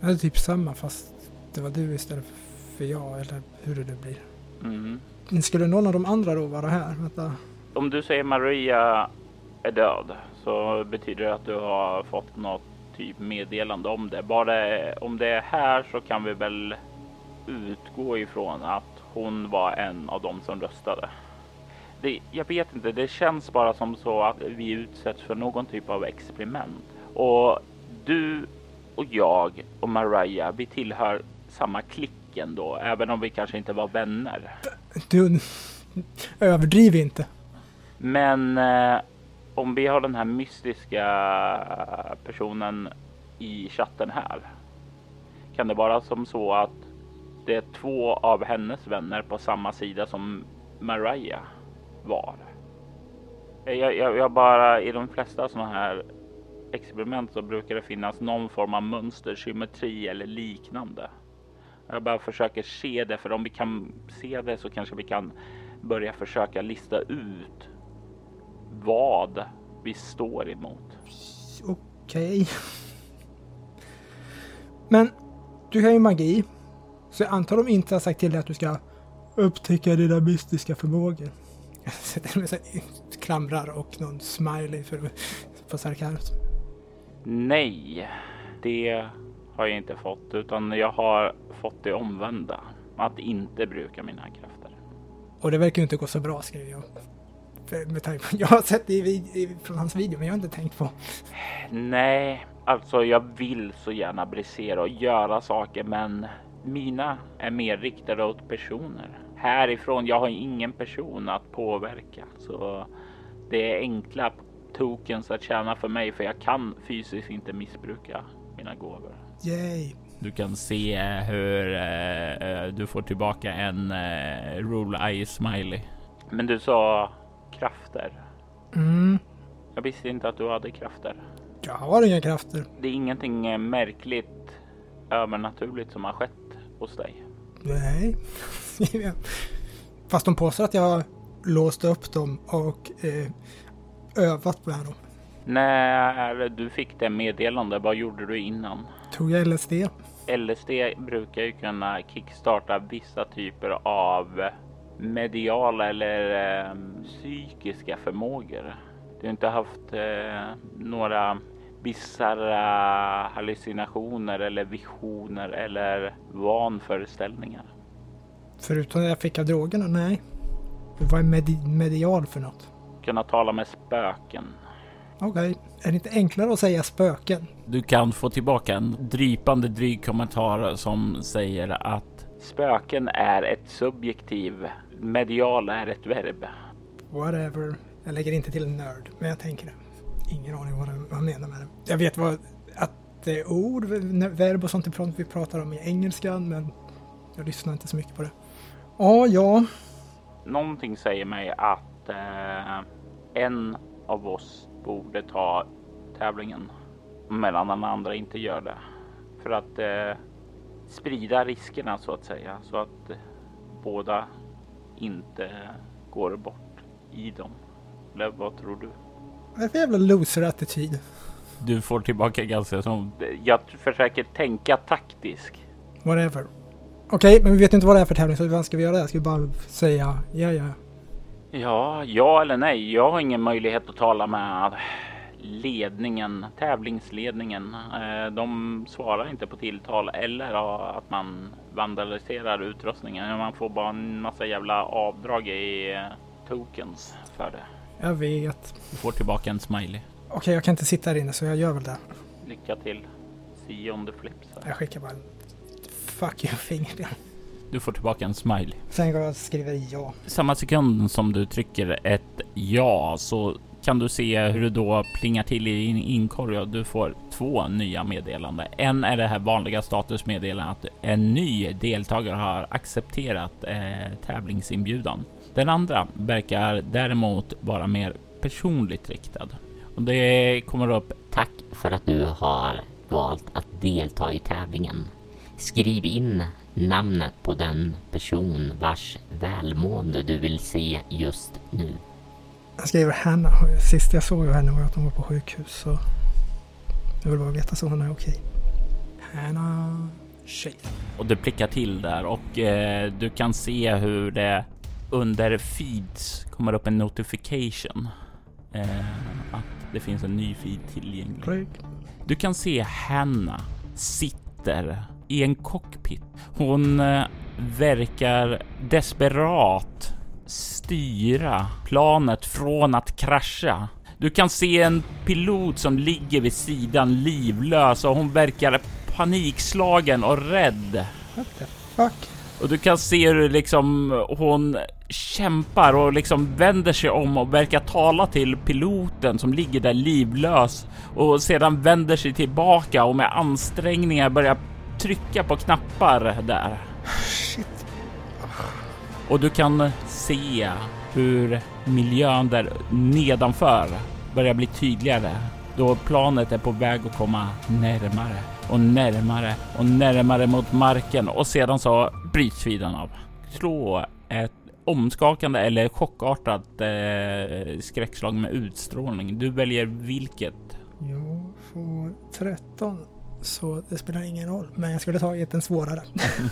Det är typ samma fast det var du istället för jag, eller hur det nu blir. Skulle någon av de andra då vara här? Vänta. Om du säger Maria är död så betyder det att du har fått något typ meddelande om det. Bara om det är här så kan vi väl utgå ifrån att hon var en av dem som röstade. Jag vet inte, det känns bara som så att vi utsätts för någon typ av experiment. Och du och jag och Maria, vi tillhör samma klicken då, även om vi kanske inte var vänner. Du överdriv inte. Men om vi har den här mystiska personen i chatten här, kan det vara som så att det är 2 av hennes vänner på samma sida som Maria var. Jag bara, i de flesta sådana här experiment så brukar det finnas någon form av mönster, symmetri eller liknande. Jag bara försöker se det, för om vi kan se det så kanske vi kan börja försöka lista ut vad vi står emot. Okej. Men du har ju magi, så jag antar de inte har sagt till dig att du ska upptäcka dina mystiska förmågor. Jag sätter mig så klamrar och någon smiley för sarkasm. Nej, det har jag inte fått, utan jag har fått det omvända. Att inte bruka mina krafter. Och det verkar ju inte gå så bra, skriver jag. Jag har sett det från hans video, men jag har inte tänkt på. Nej, alltså jag vill så gärna brisera och göra saker, men mina är mer riktade åt personer. Härifrån, jag har ingen person att påverka. Så det är enkla tokens att tjäna för mig, för jag kan fysiskt inte missbruka mina gåvor. Yay. Du kan se hur du får tillbaka en roll eye smiley. Men du sa krafter. Jag visste inte att du hade krafter. Jag har inga krafter. Det är ingenting märkligt övernaturligt som har skett hos dig. Nej. Fast de påstår att jag har låst upp dem och övat på dem. När du fick det meddelande, vad gjorde du innan? Tog jag LSD? LSD brukar ju kunna kickstarta vissa typer av mediala eller psykiska förmågor. Du har inte haft några bizarra hallucinationer eller visioner eller vanföreställningar? Förutom att jag fick av drogerna, nej. Vad är medial för något? Kunna tala med spöken. Okej. Är det inte enklare att säga spöken? Du kan få tillbaka en drypande dryg kommentar som säger att spöken är ett subjektiv, medial är ett verb. Whatever. Jag lägger inte till en nörd, men jag tänker det. Ingen aning vad jag menar med det. Jag vet att det är ord, verb och sånt vi pratar om i engelskan, men jag lyssnar inte så mycket på det. Ja. Någonting säger mig att en av oss borde ta tävlingen, medan den andra inte gör det. För att sprida riskerna så att säga, så att båda inte går bort i dem. Eller vad tror du? Vad är det för jävla loser-attityd? Du får tillbaka ganska som... Jag försöker tänka taktisk. Whatever. Okej, men vi vet inte vad det är för tävling, så vad ska vi göra? Jag ska bara säga Ja eller nej. Jag har ingen möjlighet att tala med ledningen, tävlingsledningen. De svarar inte på tilltal eller att man vandaliserar utrustningen. Man får bara en massa jävla avdrag i tokens för det. Jag vet. Du får tillbaka en smiley. Okej, jag kan inte sitta här inne, så jag gör väl det. Lycka till. See on the flip side. Jag skickar bara en fuck you finger. Du får tillbaka en smiley. Sen går jag och skriver ja. Samma sekund som du trycker ett ja så kan du se hur det då plingar till i din inkorg och du får 2 nya meddelanden. En är det här vanliga statusmeddelandet att en ny deltagare har accepterat tävlingsinbjudan. Den andra verkar däremot vara mer personligt riktad. Och det kommer upp: tack för att du har valt att delta i tävlingen. Skriv in namnet på den person vars välmående du vill se just nu. Jag skriver Hanna. Sist jag såg henne var att hon var på sjukhus, så jag vill bara veta så hon är okej. Hanna Shade. Och du prickar till där och du kan se hur det under feeds kommer upp en notification att det finns en ny feed tillgänglig. Du kan se Hanna sitter i en cockpit. Hon verkar desperat styra planet från att krascha. Du kan se en pilot som ligger vid sidan livlös och hon verkar panikslagen och rädd. What the fuck? Och du kan se hur liksom hon kämpar och liksom vänder sig om och verkar tala till piloten som ligger där livlös och sedan vänder sig tillbaka och med ansträngningar börjar trycka på knappar där. Shit. Och du kan se hur miljön där nedanför börjar bli tydligare då planet är på väg att komma närmare och närmare och närmare mot marken och sedan så bryts feeden av. Slå ett omskakande eller chockartat skräckslag med utstrålning. Du väljer vilket? Jag får 13 så det spelar ingen roll. Men jag skulle tagit en svårare.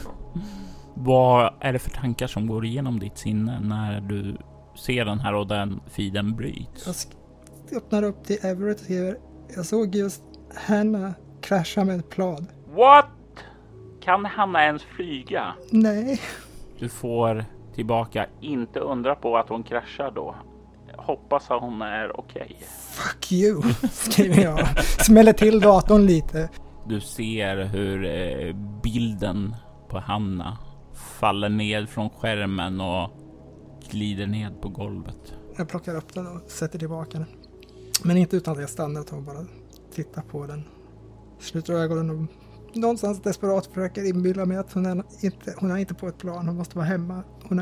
Vad är det för tankar som går igenom ditt sinne när du ser den här och den feeden bryts? Jag öppnar upp till Everett och skriver: jag såg just Hanna krascha med ett plan. What? Kan Hanna ens flyga? Nej. Du får tillbaka, inte undra på att hon kraschar då. Hoppas att hon är okej. Fuck you, skriver jag. Smäller till datorn lite. Du ser hur bilden på Hanna faller ned från skärmen och glider ned på golvet. Jag plockar upp den och sätter tillbaka den. Men inte utan att jag stannar och bara tittar på den. Sluter ögonen och någonstans desperat försöker inbilla mig att hon är inte på ett plan. Hon måste vara hemma. Hon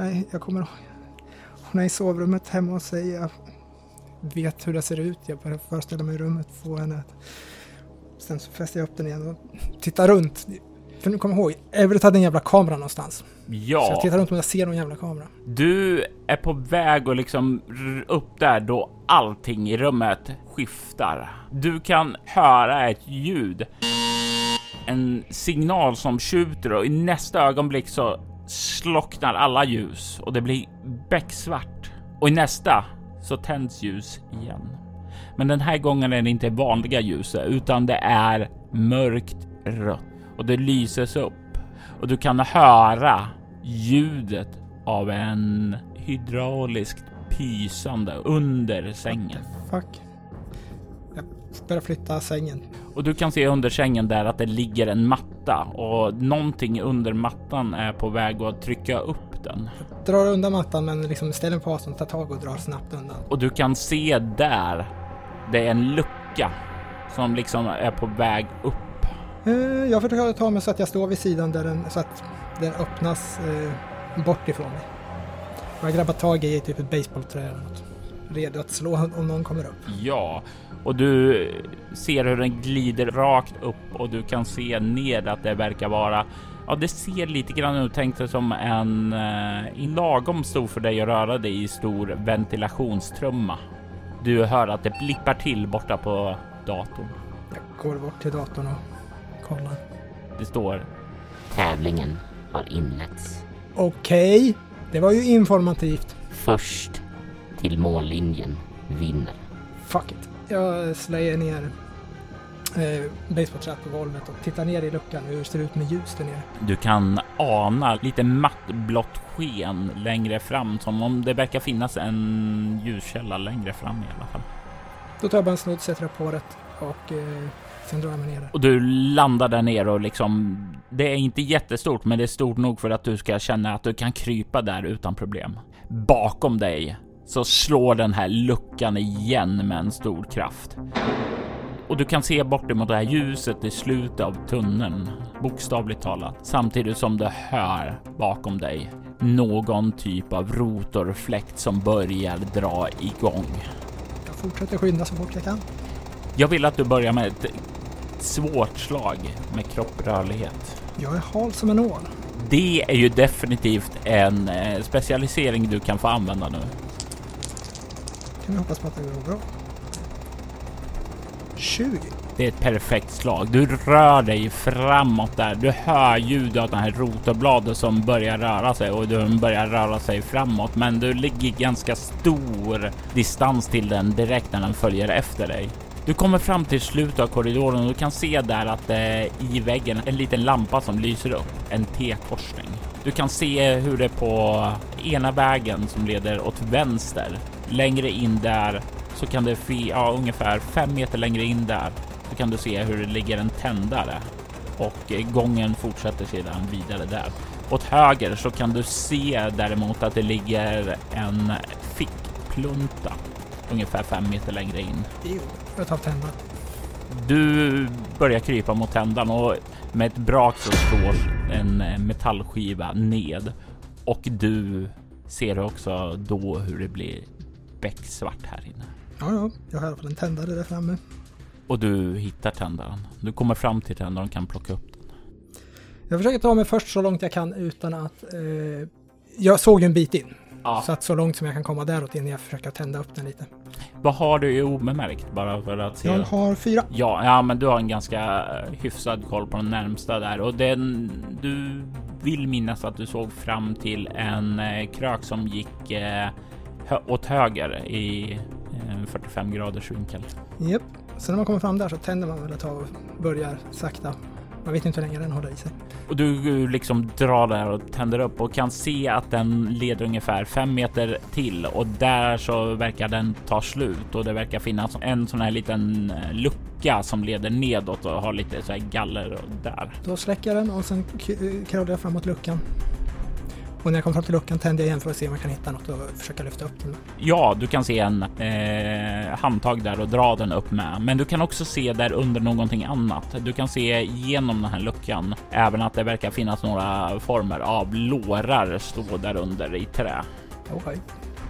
är i sovrummet hemma och säger jag vet hur det ser ut. Jag bara föreställer mig rummet, få henne. Sen så fäster jag upp den igen och tittar runt. För nu kommer jag ihåg, Everett hade en jävla kamera någonstans. Ja. Så jag tittar runt och jag ser någon jävla kamera. Du är på väg och liksom upp där då allting i rummet skiftar. Du kan höra ett ljud. En signal som tjuter och i nästa ögonblick så slocknar alla ljus och det blir becksvart. Och i nästa så tänds ljus igen. Men den här gången är det inte vanliga ljus utan det är mörkt rött. Och det lyses upp. Och du kan höra ljudet av en hydrauliskt pysande under sängen. Fuck. Jag börjar flytta sängen. Och du kan se under sängen där att det ligger en matta. Och någonting under mattan är på väg att trycka upp den. Jag drar undan mattan men liksom ställer på som tar tag och drar snabbt undan. Och du kan se där. Det är en lucka som liksom är på väg upp. Jag försöker ta mig så att jag står vid sidan där så att den öppnas bort ifrån mig. Och jag grabbar tag i typ ett baseballträ eller något. Redo att slå om någon kommer upp. Ja, och du ser hur den glider rakt upp och du kan se ned att det verkar vara... Ja, det ser lite grann ut tänkte som en lagom stor för dig att röra dig i stor ventilationstrumma. Du hör att det blippar till borta på datorn. Jag går bort till datorn och kollar. Det står: Tävlingen har inletts. Okej, det var ju informativt. Först till mållinjen vinner. Fuck it. Jag slänger ner baseballträt på golvet och tittar ner i luckan hur det ser ut med ljus där nere. Du kan ana lite mattblått sken längre fram, som om det verkar finnas en ljuskälla längre fram i alla fall. Då tar jag bara en snodd, sätter jag på det och sen drar jag mig ner. Och du landar där nere och liksom, det är inte jättestort men det är stort nog för att du ska känna att du kan krypa där utan problem. Bakom dig så slår den här luckan igen med en stor kraft. Och du kan se bort emot det här ljuset i slutet av tunneln, bokstavligt talat. Samtidigt som du hör bakom dig någon typ av rotorfläkt som börjar dra igång. Jag fortsätter skynda så fort jag kan. Jag vill att du börjar med ett svårt slag med kropprörlighet. Jag är hal som en ål. Det är ju definitivt en specialisering du kan få använda nu. Kan vi hoppas på att det går bra. 20. Det är ett perfekt slag. Du rör dig framåt där. Du hör ljudet av den här rotorbladet som börjar röra sig och den börjar röra sig framåt. Men du ligger ganska stor distans till den direkt när den följer efter dig. Du kommer fram till slutet av korridoren och du kan se där att i väggen en liten lampa som lyser upp. En T-korsning. Du kan se hur det på ena vägen som leder åt vänster. Längre in där så kan det ungefär 5 meter längre in där så kan du se hur det ligger en tändare. Och gången fortsätter sedan vidare där. Åt höger så kan du se däremot att det ligger en fickplunta. Ungefär 5 meter längre in. Jag tar tändaren. Du börjar krypa mot tändaren och med ett brak så slår en metallskiva ned. Och du ser också då hur det blir becksvart här inne. Ja, jag har en tändare där framme. Och du hittar tändaren. Du kommer fram till tändaren och kan plocka upp den. Jag försöker ta mig först så långt jag kan utan att... jag såg en bit in. Ja. Så att så långt som jag kan komma däråt innan jag försöker tända upp den lite. Vad har du i obemärkt bara för att se? Jag har 4. Ja, men du har en ganska hyfsad koll på den närmsta där. Och du vill minnas att du såg fram till en krök som gick åt höger i 45 graders vinkel. Japp. Så när man kommer fram där så tänder man väl ett tag och börjar sakta. Man vet inte hur länge den håller i sig. Och du liksom drar där och tänder upp och kan se att den leder ungefär 5 meter till. Och där så verkar den ta slut. Och det verkar finnas en sån här liten lucka som leder nedåt och har lite så här galler och där. Då släcker jag den och sen kravlar jag framåt luckan. Och när jag kommer fram till luckan tänder jag igen för att se om jag kan hitta något och försöka lyfta upp den. Ja, du kan se en handtag där och dra den upp med. Men du kan också se där under någonting annat. Du kan se genom den här luckan även att det verkar finnas några former av lårar stå där under i trä. Okej.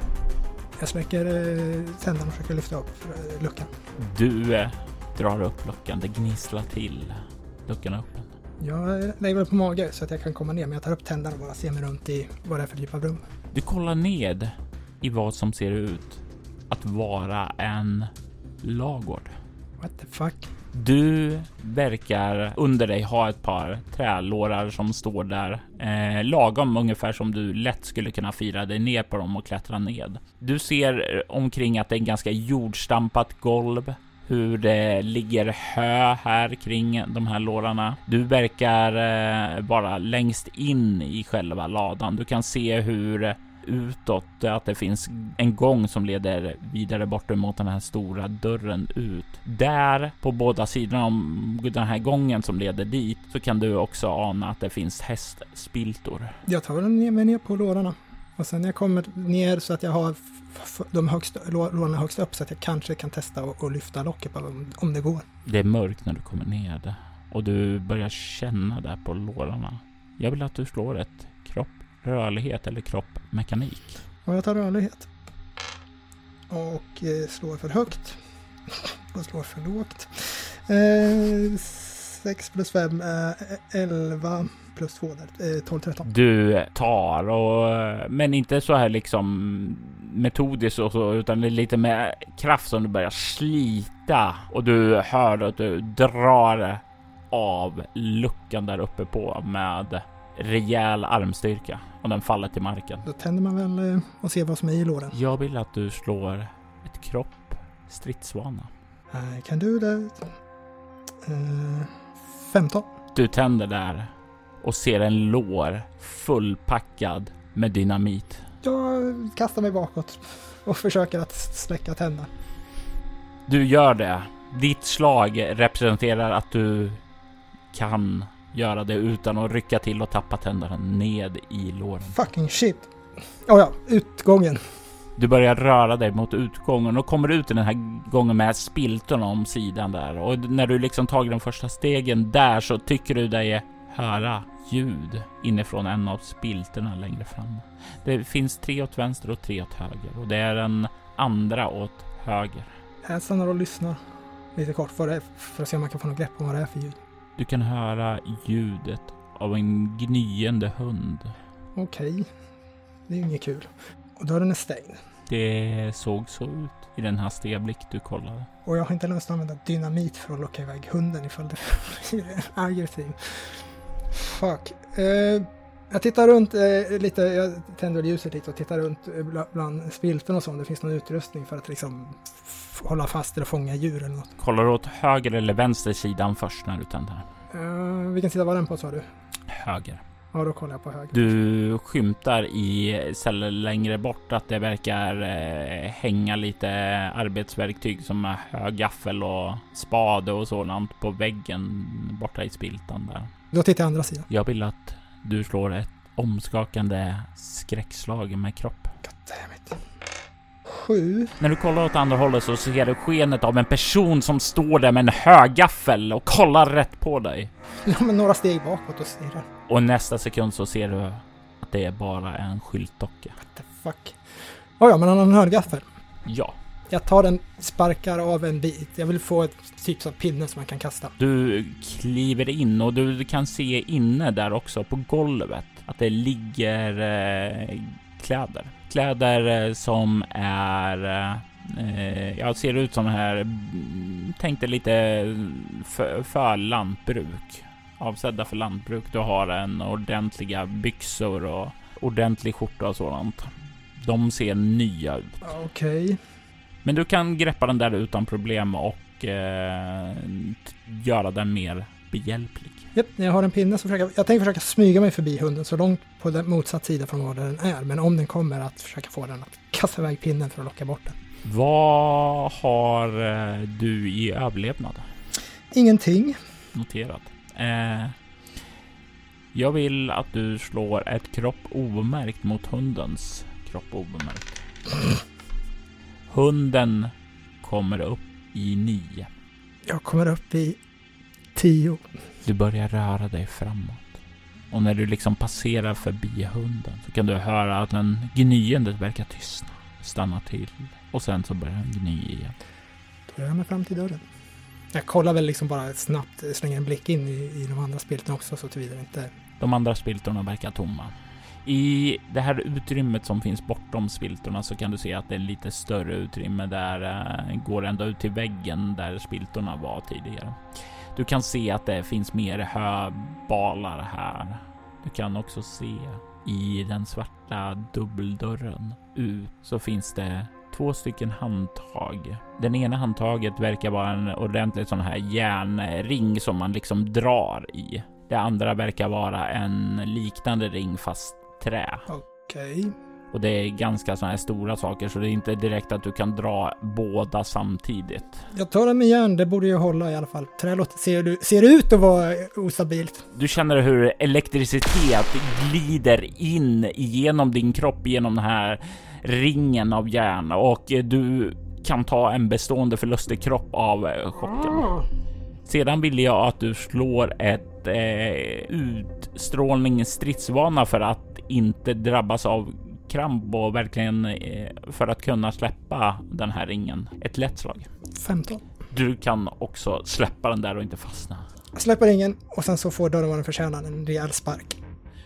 Jag släcker tändaren och försöker lyfta upp luckan. Du drar upp luckan. Det gnisslar till. Luckan är öppen. Jag lägger väl på mage så att jag kan komma ner, men jag tar upp tändaren och bara ser mig runt i vad det är för typ av rum. Du kollar ned i vad som ser ut att vara en lagård. What the fuck? Du verkar under dig ha ett par trälårar som står där lagom ungefär som du lätt skulle kunna fira dig ner på dem och klättra ned. Du ser omkring att det är en ganska jordstampat golv. Hur det ligger hö här kring de här lårarna. Du verkar vara längst in i själva ladan. Du kan se hur utåt att det finns en gång som leder vidare bort mot den här stora dörren ut. Där på båda sidorna om den här gången som leder dit så kan du också ana att det finns hästspiltor. Jag tar mig ner på lårarna. Och sen när jag kommer ner så att jag har de lårarna högst upp så att jag kanske kan testa och lyfta locket om det går. Det är mörkt när du kommer ner och du börjar känna där på lårarna. Jag vill att du slår ett rörlighet eller kroppmekanik. Och jag tar rörlighet. Och slår för högt. Och slår för lågt. 6 plus 5 11 plus 2 där. 12-13. Du tar men inte så här liksom metodiskt och så, utan det är lite med kraft som du börjar slita och du hör att du drar av luckan där uppe på med rejäl armstyrka och den faller till marken. Då tänder man väl och ser vad som är i låren. Jag vill att du slår ett kropp stridsvana. Kan du det? 15. Du tänder där och ser en lår fullpackad med dynamit. Jag kastar mig bakåt och försöker att släcka tändaren. Du gör det. Ditt slag representerar att du kan göra det utan att rycka till och tappa tändaren ned i låren. Fucking shit. Ja, utgången. Du börjar röra dig mot utgången och kommer ut i den här gången med spiltorna om sidan där. Och när du liksom tagit de första stegen där så tycker du dig höra ljud inifrån en av spiltorna längre fram. Det finns 3 åt vänster och 3 åt höger. Och det är en andra åt höger. Jag stannar och lyssnar lite kort för att se om man kan få något grepp om vad det är för ljud. Du kan höra ljudet av en gnyende hund. Okej. Det är inget kul. Och dörren är stängd. Det såg så ut i den hastiga blick du kollade. Och jag har inte lust att använda dynamit för att locka iväg hunden ifall det blir aggressiv. Fuck. Jag tittar runt lite, jag tänder ljuset lite och tittar runt bland spilten och så om det finns någon utrustning för att liksom hålla fast eller fånga djur eller något. Kollar du åt höger eller vänster sidan först när du tänder? Vilken sida var den på, sa du? Höger. Ja, då kollar jag på höger. Du skymtar i celler längre bort att det verkar hänga lite arbetsverktyg som högaffel och spade och sådant på väggen borta i spiltan där. Då tittar jag andra sidan. Jag vill att du slår ett omskakande skräckslag med kropp. Goddammit. 7. När du kollar åt andra hållet så ser du skenet av en person som står där med en högaffel och kollar rätt på dig. Ja, men några steg bakåt och stirrar. Och nästa sekund så ser du att det är bara en skyltdocka. What the fuck? Ja, men han har en högaffel. Ja. Jag tar den, sparkar av en bit. Jag vill få ett typ av pinne som man kan kasta. Du kliver in och du kan se inne där också på golvet att det ligger kläder. Kläder som är jag ser ut som här, tänkte lite för lantbruk. Avsedda för lantbruk. Du har en ordentliga byxor och ordentlig skjorta och sådant. De ser nya ut. Okej. Men du kan greppa den där utan problem och göra den mer behjälplig. Japp, jag har en pinne så jag tänker försöka smyga mig förbi hunden så långt på den motsatt sida från var den är. Men om den kommer att försöka få den att kasta iväg pinnen för att locka bort den. Vad har du i överlevnad? Ingenting. Noterat. Jag vill att du slår ett kropp obemärkt mot hundens kropp obemärkt. Hunden kommer upp i 9. Jag kommer upp i 10. Du börjar röra dig framåt. Och när du liksom passerar förbi hunden så kan du höra att den gnyendet verkar tystna. Stanna till. Och sen så börjar den gny igen. Då rör jag mig fram till dörren. Jag kollar väl liksom bara snabbt, slänger en blick in i de andra spiltorna också så tillvidare inte. De andra spiltorna verkar tomma. I det här utrymmet som finns bortom spiltorna så kan du se att det är lite större utrymme där går ända ut till väggen där spiltorna var tidigare. Du kan se att det finns mer höbalar här. Du kan också se i den svarta dubbeldörren ut så finns det 2 stycken handtag. Den ena handtaget verkar vara en ordentlig sån här järnring som man liksom drar i. Det andra verkar vara en liknande ring fast trä. Okej. Och det är ganska såna här stora saker så det är inte direkt att du kan dra båda samtidigt. Jag tar den med järn, det borde ju hålla i alla fall. Trälåt ser ut att vara ostabilt. Du känner hur elektricitet glider in genom din kropp genom den här ringen av järn och du kan ta en bestående förlust i kropp av chocken. Sedan vill jag att du slår ett utstrålning stridsvana för att inte drabbas av kramp och verkligen för att kunna släppa den här ringen. Ett lätt slag. 15. Du kan också släppa den där och inte fastna. Jag släpper ringen och sen så får dörren vad den förtjänar, en rejäl spark.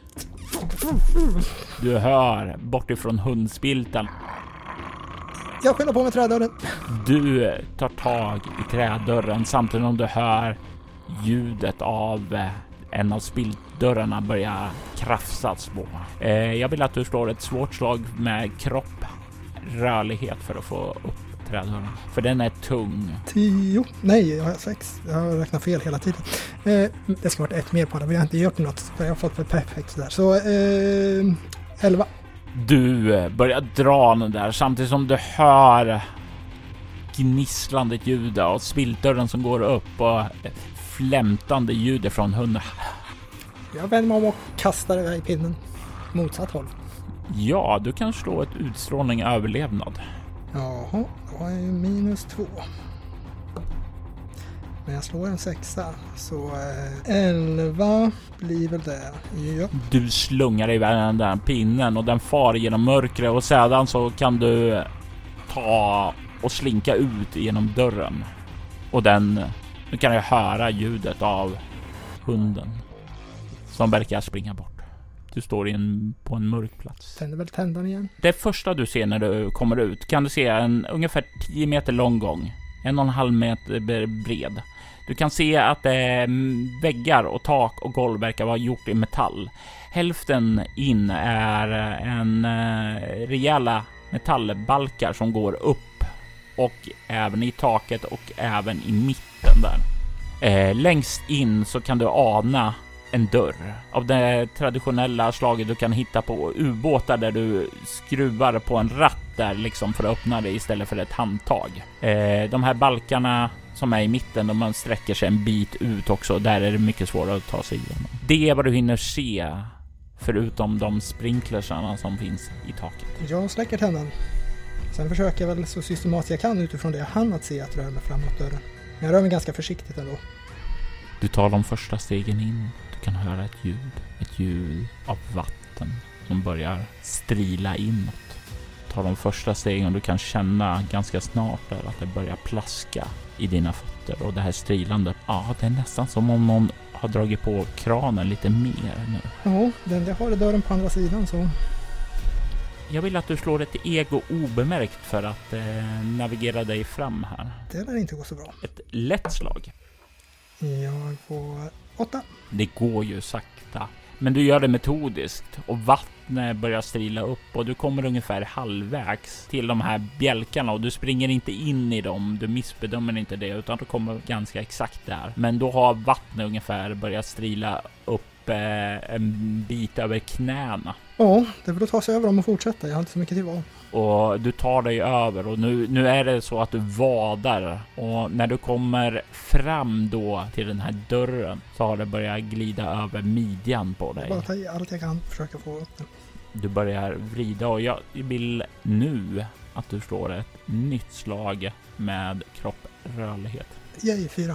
Du hör bortifrån hundspilten. Jag skyndar på med trädörren. Du tar tag i trädörren samtidigt som du hör ljudet av en av spiltdörrarna börja krafsas på. Jag vill att du slår ett svårt slag med kropp, rörlighet för att få upp trädörren. För den är tung. 10. Nej, jag har 6. Jag har räknat fel hela tiden. Det ska vara ett mer på det, men jag har inte gjort något. För jag har fått ett perfekt sådär. Så 11. Du börjar dra den där samtidigt som du hör gnisslande ljud och spiltdörren som går upp och flämtande ljud från hunden. Jag vänder mig om och kastar iväg pinnen motsatt håll. Ja, du kan slå ett utstrålning överlevnad. Jaha, då har jag ju -2. Men jag slår en 6, så 11 blir väl det. Ja. Du slungar iväg den där pinnen och den far genom mörkret och sedan så kan du ta och slinka ut genom dörren. Och nu kan jag höra ljudet av hunden som verkar springa bort. Du står på en mörk plats. Tänder väl tändan igen. Det första du ser när du kommer ut kan du se en ungefär 10 meter lång gång. 1,5 meter bred. Du kan se att väggar och tak och golv verkar vara gjort i metall. Hälften in är en rejäla metallbalkar som går upp och även i taket och även i mitten där. Längst in så kan du ana en dörr av det traditionella slaget du kan hitta på ubåtar där du skruvar på en ratt där liksom för att öppna det istället för ett handtag. De här balkarna som är i mitten, de sträcker sig en bit ut också. Där är det mycket svårare att ta sig igenom. Det är vad du hinner se förutom de sprinklersarna som finns i taket. Jag släcker tändan. Sen försöker jag väl så systematiskt jag kan utifrån det jag hann att se att röra mig framåt dörren. Men jag rör mig ganska försiktigt ändå. Du tar de första stegen in. Du kan höra ett ljud av vatten som börjar strila inåt. Ta de första stegen och du kan känna ganska snart där att det börjar plaska i dina fötter. Och det här strilandet, det är nästan som om någon har dragit på kranen lite mer nu. Ja, jag har dörren på andra sidan så. Jag vill att du slår ett ego obemärkt för att navigera dig fram här. Det lär inte gå så bra. Ett lätt slag. Jag får 8. Det går ju sakta. Men du gör det metodiskt och vattnet börjar strila upp och du kommer ungefär halvvägs till de här bjälkarna och du springer inte in i dem. Du missbedömer inte det utan du kommer ganska exakt där. Men då har vattnet ungefär börjat strila upp en bit över knäna. Ja, det vill ta sig över dem och fortsätta. Jag har inte så mycket till val. Och du tar dig över och nu är det så att du vadar och när du kommer fram då till den här dörren så har det börjat glida över midjan på dig. Bara ta i allt jag kan försöka få upp den. Du börjar vrida och jag vill nu att du slår ett nytt slag med kropprörlighet. Yay, 4.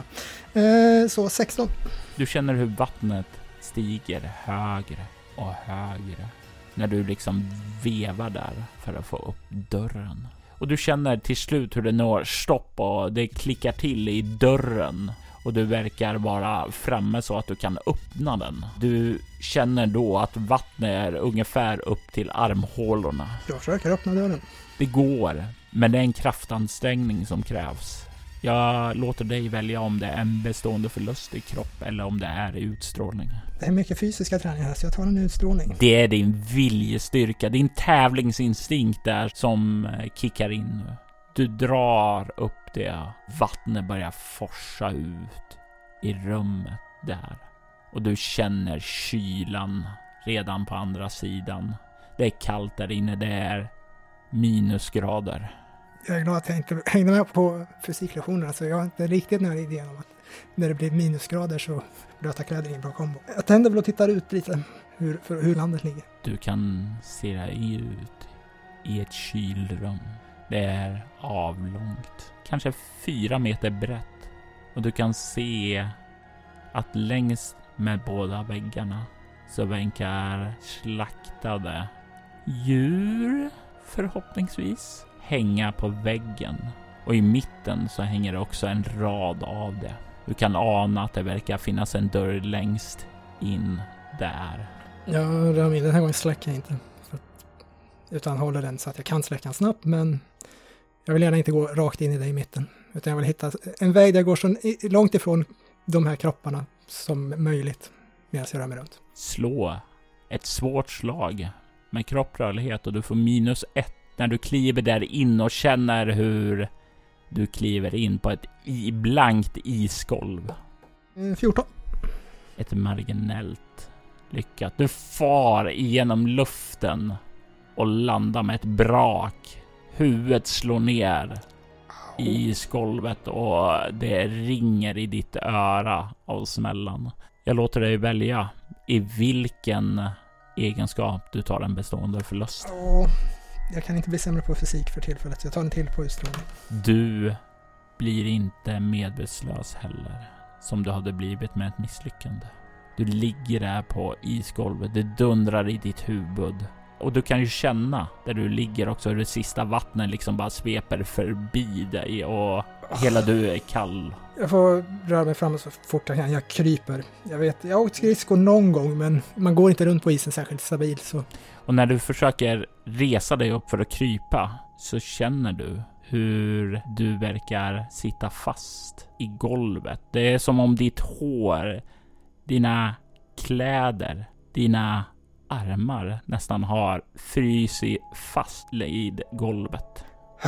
Så 16. Du känner hur vattnet stiger högre och högre när du liksom vevar där för att få upp dörren. Och du känner till slut hur det når stopp och det klickar till i dörren. Och du verkar vara framme så att du kan öppna den. Du känner då att vattnet är ungefär upp till armhålorna. Jag försöker öppna dörren. Det går, men det är en kraftansträngning som krävs. Jag låter dig välja om det är en bestående förlust i kropp eller om det är utstrålning. Det är mycket fysiska träningar så jag tar en utstrålning. Det är din viljestyrka, din tävlingsinstinkt där som kickar in nu. Du drar upp det. Vattnet börjar forsa ut i rummet där. Och du känner kylan redan på andra sidan. Det är kallt där inne, det är minusgrader. Jag är glad att jag inte hängde med på fysiklektionerna så jag har inte riktigt några idéer om att när det blir minusgrader så blöta kläder är en bra kombo. Jag tänder väl och tittar ut lite hur landet ligger. Du kan se ut i ett kylrum. Det är avlångt, kanske 4 meter brett. Och du kan se att längs med båda väggarna så vänkar slaktade djur förhoppningsvis hänga på väggen. Och i mitten så hänger det också en rad av det. Du kan ana att det verkar finnas en dörr längst in där. Ja, den här gången släcker jag inte. Utan håller den så att jag kan släcka den snabbt. Men jag vill gärna inte gå rakt in i det i mitten. Utan jag vill hitta en väg där jag går så långt ifrån de här kropparna som möjligt medan jag rör mig runt. Slå ett svårt slag med kropprörlighet och du får -1 när du kliver där in och känner hur du kliver in på ett blankt isgolv. 14. Ett marginellt lyckat. Du far igenom luften och landar med ett brak. Huvudet slår ner i isgolvet och det ringer i ditt öra av smällan. Jag låter dig välja i vilken egenskap du tar en bestående förlust. Jag kan inte bli sämre på fysik för tillfället. Jag tar en till på utstrålning. Du blir inte medvetslös heller, som du hade blivit med ett misslyckande. Du ligger där på isgolvet. Det dundrar i ditt huvud. Och du kan ju känna där du ligger också hur det sista vattnet liksom bara sveper förbi dig. Och Hela du är kall. Jag får röra mig framåt så fort jag kan. Jag kryper. Jag har åkt skridskor någon gång, men man går inte runt på isen särskilt stabil. Så. Och när du försöker resa dig upp för att krypa så känner du hur du verkar sitta fast i golvet. Det är som om ditt hår, dina kläder, dina armar nästan har frysit fast i golvet.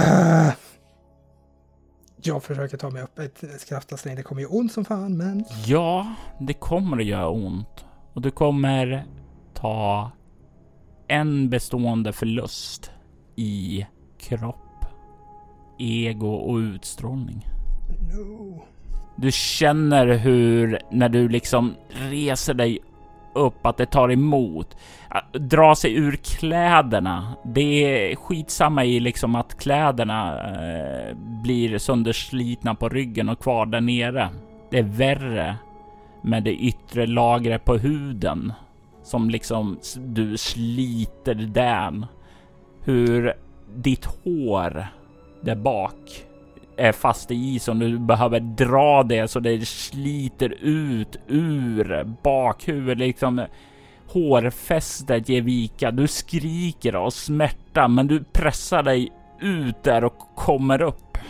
Jag försöker ta mig upp ett kraftansträngning. Det kommer ju ont som fan, men... Ja, det kommer att göra ont. Och du kommer ta en bestående förlust i kropp, ego och utstrålning. No. Du känner hur när du liksom reser dig upp att det tar emot. Dra sig ur kläderna. Det är skitsamma i liksom att kläderna blir sönderslitna på ryggen och kvar där nere. Det är värre med det yttre lagret på huden som liksom du sliter där. Hur ditt hår där bak är fast i is och du behöver dra det så det sliter ut ur bakhuvudet. Liksom hårfästet ger vika. Du skriker av smärta, men du pressar dig ut där och kommer upp.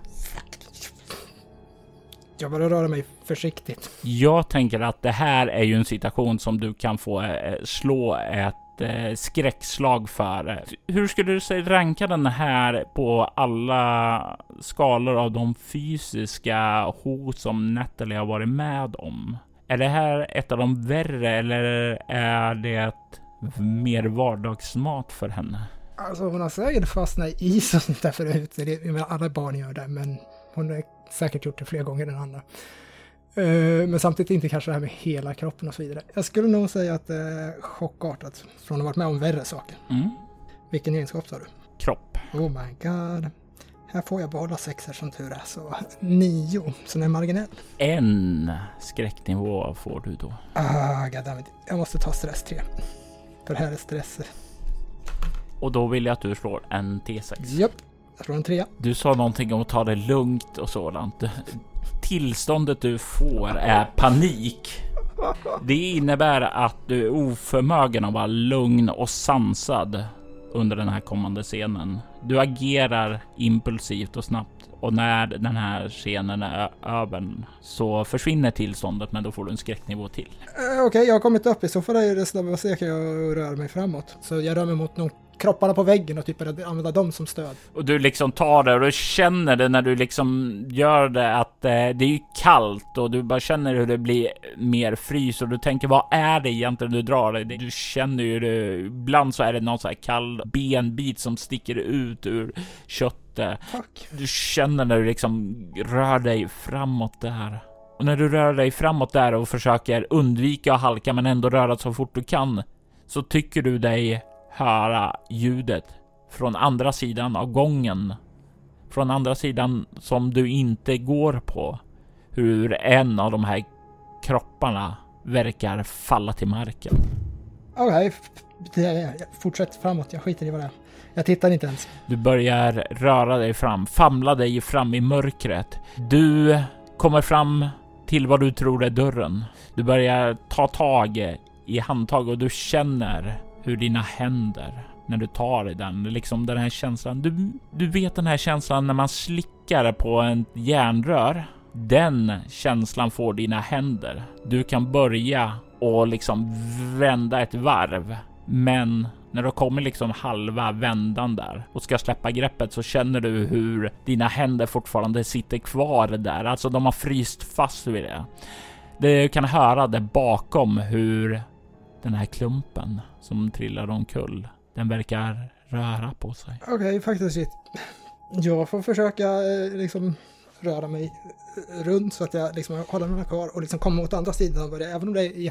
Jag bara röra mig försiktigt. Jag tänker att det här är ju en situation som du kan få slå ett skräckslag för. Hur skulle du säga ranka den här på alla skalor av de fysiska hot som Natalie har varit med om? Är det här ett av de värre eller är det mer vardagsmat för henne? Alltså hon har säkert fastnat i is och sånt där förut. Alla barn gör det, men hon har säkert gjort det fler gånger än andra. Men samtidigt inte kanske det här med hela kroppen och så vidare. Jag skulle nog säga att det är chockartat från att ha varit med om värre saker. Vilken egenskap sa du? Kropp. Oh my god. Här får jag behålla 6 som tur är. Så 9, så den är marginell. En skräcknivå får du då. Goddammit. Jag måste ta stress 3. För här är stress. Och då vill jag att du slår en T6. Japp, jag slår en 3. Du sa någonting om att ta det lugnt och sådant. Tillståndet du får är panik. Det innebär att du är oförmögen att vara lugn och sansad under den här kommande scenen. Du agerar impulsivt och snabbt. Och när den här scenen är över så försvinner tillståndet, men då får du en skräcknivå till. Okej, jag har kommit upp. I så fall är det snabbt jag rör mig framåt. Så jag rör mig mot kropparna på väggen och typ använda dem som stöd. Och du liksom tar det och du känner det när du liksom gör det att det är ju kallt och du bara känner hur det blir mer frys och du tänker vad är det egentligen du drar det? Du känner ju det, ibland så är det någon så här kall benbit som sticker ut ur köttet. Fuck. Du känner när du liksom rör dig framåt där. Och när du rör dig framåt där och försöker undvika att halka men ändå röra så fort du kan så tycker du dig höra ljudet från andra sidan av gången. Från andra sidan som du inte går på. Hur en av de här kropparna verkar falla till marken. Okej, fortsätt framåt. Jag skiter i vad det är. Jag tittar inte ens. Du börjar röra dig fram, famla dig fram i mörkret. Du kommer fram till vad du tror är dörren. Du börjar ta tag i handtag och du känner hur dina händer, när du tar i den, liksom den här känslan. Du vet den här känslan när man slickar på en järnrör. Den känslan får dina händer. Du kan börja och liksom vända ett varv. Men när du kommer liksom halva vändan där och ska släppa greppet så känner du hur dina händer fortfarande sitter kvar där. Alltså de har fryst fast vid det. Du kan höra det bakom hur den här klumpen som trillar omkull, den verkar röra på sig. Okej, faktiskt shit. Jag får försöka liksom röra mig runt så att jag liksom håller mig kvar och liksom kommer åt andra sidan av det, även om det är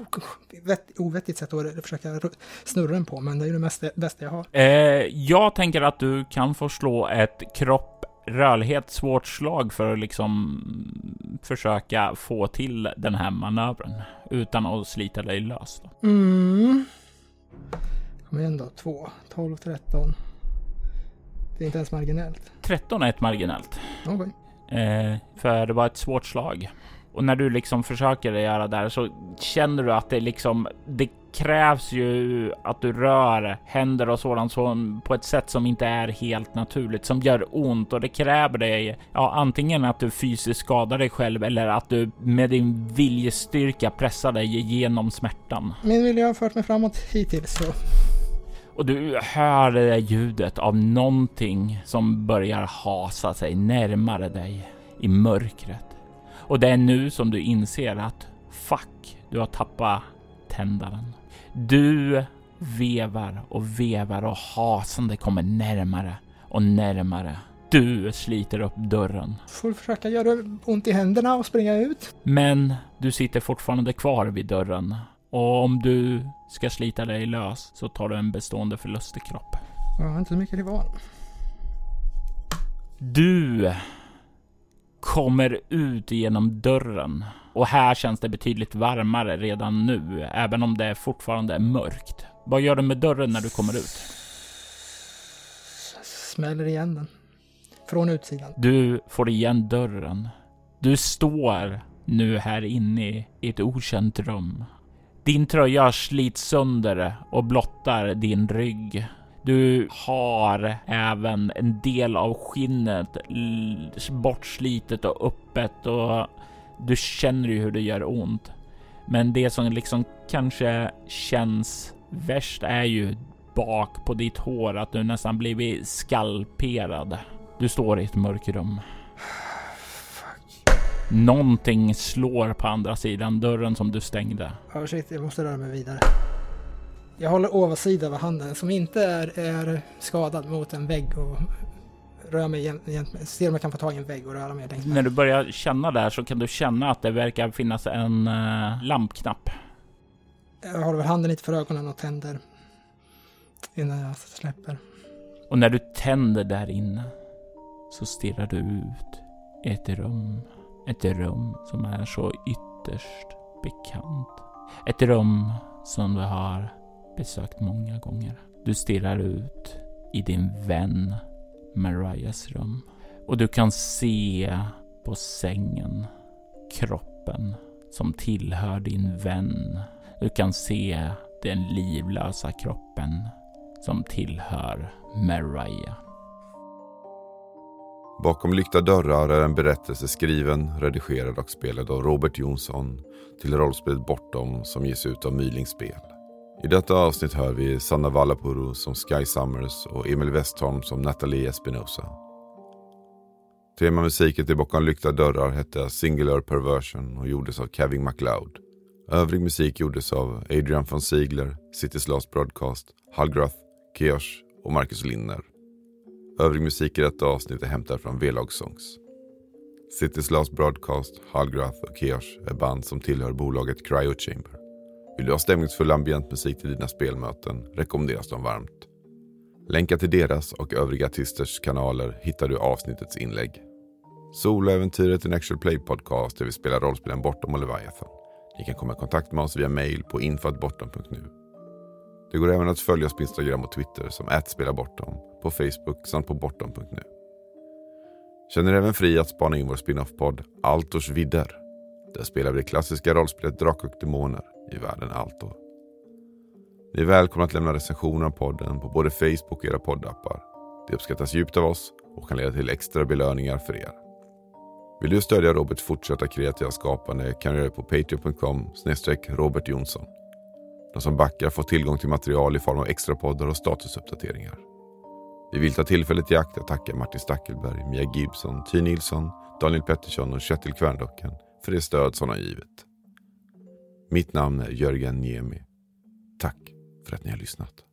ett ovettigt sätt att försöka snurra den på, men det är ju det bästa jag har. Jag tänker att du kan få slå ett rörlighet svårt slag för att liksom försöka få till den här manövern utan att slita dig lös. Kom igen då, 2, 12, 13. Det är inte ens marginellt. 13 är ett marginellt. Okay. För det var ett svårt slag. Och när du liksom försöker göra där så känner du att det krävs ju att du rör händer och sådant på ett sätt som inte är helt naturligt, som gör ont, och det kräver dig antingen att du fysiskt skadar dig själv eller att du med din viljestyrka pressar dig igenom smärtan. Min vilja har fört mig framåt hittills så. Och du hör det där ljudet av någonting som börjar hasa sig närmare dig i mörkret. Och det är nu som du inser att du har tappat tändaren. Du vevar och hasande kommer närmare och närmare. Du sliter upp dörren. Får försöka göra ont i händerna och springa ut. Men du sitter fortfarande kvar vid dörren. Och om du ska slita dig lös så tar du en bestående förlust i kropp. Jag har inte så mycket rival. Du kommer ut genom dörren. Och här känns det betydligt varmare redan nu, även om det fortfarande är mörkt. Vad gör du med dörren när du kommer ut? Smäller igen den. Från utsidan. Du får igen dörren. Du står nu här inne i ett okänt rum. Din tröja slits sönder och blottar din rygg. Du har även en del av skinnet bortslitet och öppet, och du känner ju hur det gör ont. Men det som liksom kanske känns värst är ju bak på ditt hår, att du nästan blivit skalperad. Du står i ett mörkrum. Någonting slår på andra sidan dörren som du stängde. Ja, shit, jag måste röra mig vidare. Jag håller oversidan av handen som inte är skadad mot en vägg och rör mig ser om jag kan få tag i en vägg och röra mig längs med. När du börjar känna där så kan du känna att det verkar finnas en lampknapp. Jag håller handen lite för ögonen och tänder innan jag släpper. Och när du tänder där inne så stirrar du ut ett rum. Ett rum som är så ytterst bekant. Ett rum som du har besökt många gånger. Du stirrar ut i din vän Mariahs rum. Och du kan se på sängen kroppen som tillhör din vän. Du kan se den livlösa kroppen som tillhör Mariah. Bakom lyckta dörrar är en berättelse skriven, redigerad och spelad av Robert Jonsson till rollspelet Bortom som ges ut av Mylingspel. I detta avsnitt hör vi Sanna Vallapuro som Sky Summers och Emil Westholm som Nathalie Espinosa. Temamusiken till Bakom lyckta dörrar hette Singular Perversion och gjordes av Kevin MacLeod. Övrig musik gjordes av Adrian von Ziegler, City's Last Broadcast, Hallgrath, Keosh och Marcus Linner. Övrig musik i detta avsnitt är hämtad från V-Lag Songs. City's Last Broadcast, Hallgrath och Keosh är band som tillhör bolaget Cryo Chamber. Vill du ha stämningsfull ambientmusik till dina spelmöten rekommenderas de varmt. Länkar till deras och övriga artisters kanaler hittar du i avsnittets inlägg. Soloäventyret är en actual play podcast där vi spelar rollspelen Bortom och Leviathan. Ni kan komma i kontakt med oss via mail på info@bortom.nu. Det går även att följa oss på Instagram och Twitter som @spelabortom, på Facebook samt på bortom.nu. Känner även fri att spana in vår spin-off-podd Altors vidder. Där spelar vi det klassiska rollspelet Drakar och Demoner i världen Altor. Ni är välkomna att lämna recensioner av podden på både Facebook och era poddappar. Det uppskattas djupt av oss och kan leda till extra belöningar för er. Vill du stödja Roberts fortsatta kreativa skapande kan du göra det på patreon.com/Robert Jonsson. De som backar får tillgång till material i form av extra poddar och statusuppdateringar. Vi vill ta tillfället i akt att tacka Martin Stackelberg, Mia Gibson, Ty Nilsson, Daniel Pettersson och Kjetil Kvärndocken för det stöd som har givit. Mitt namn är Jörgen Niemi. Tack för att ni har lyssnat.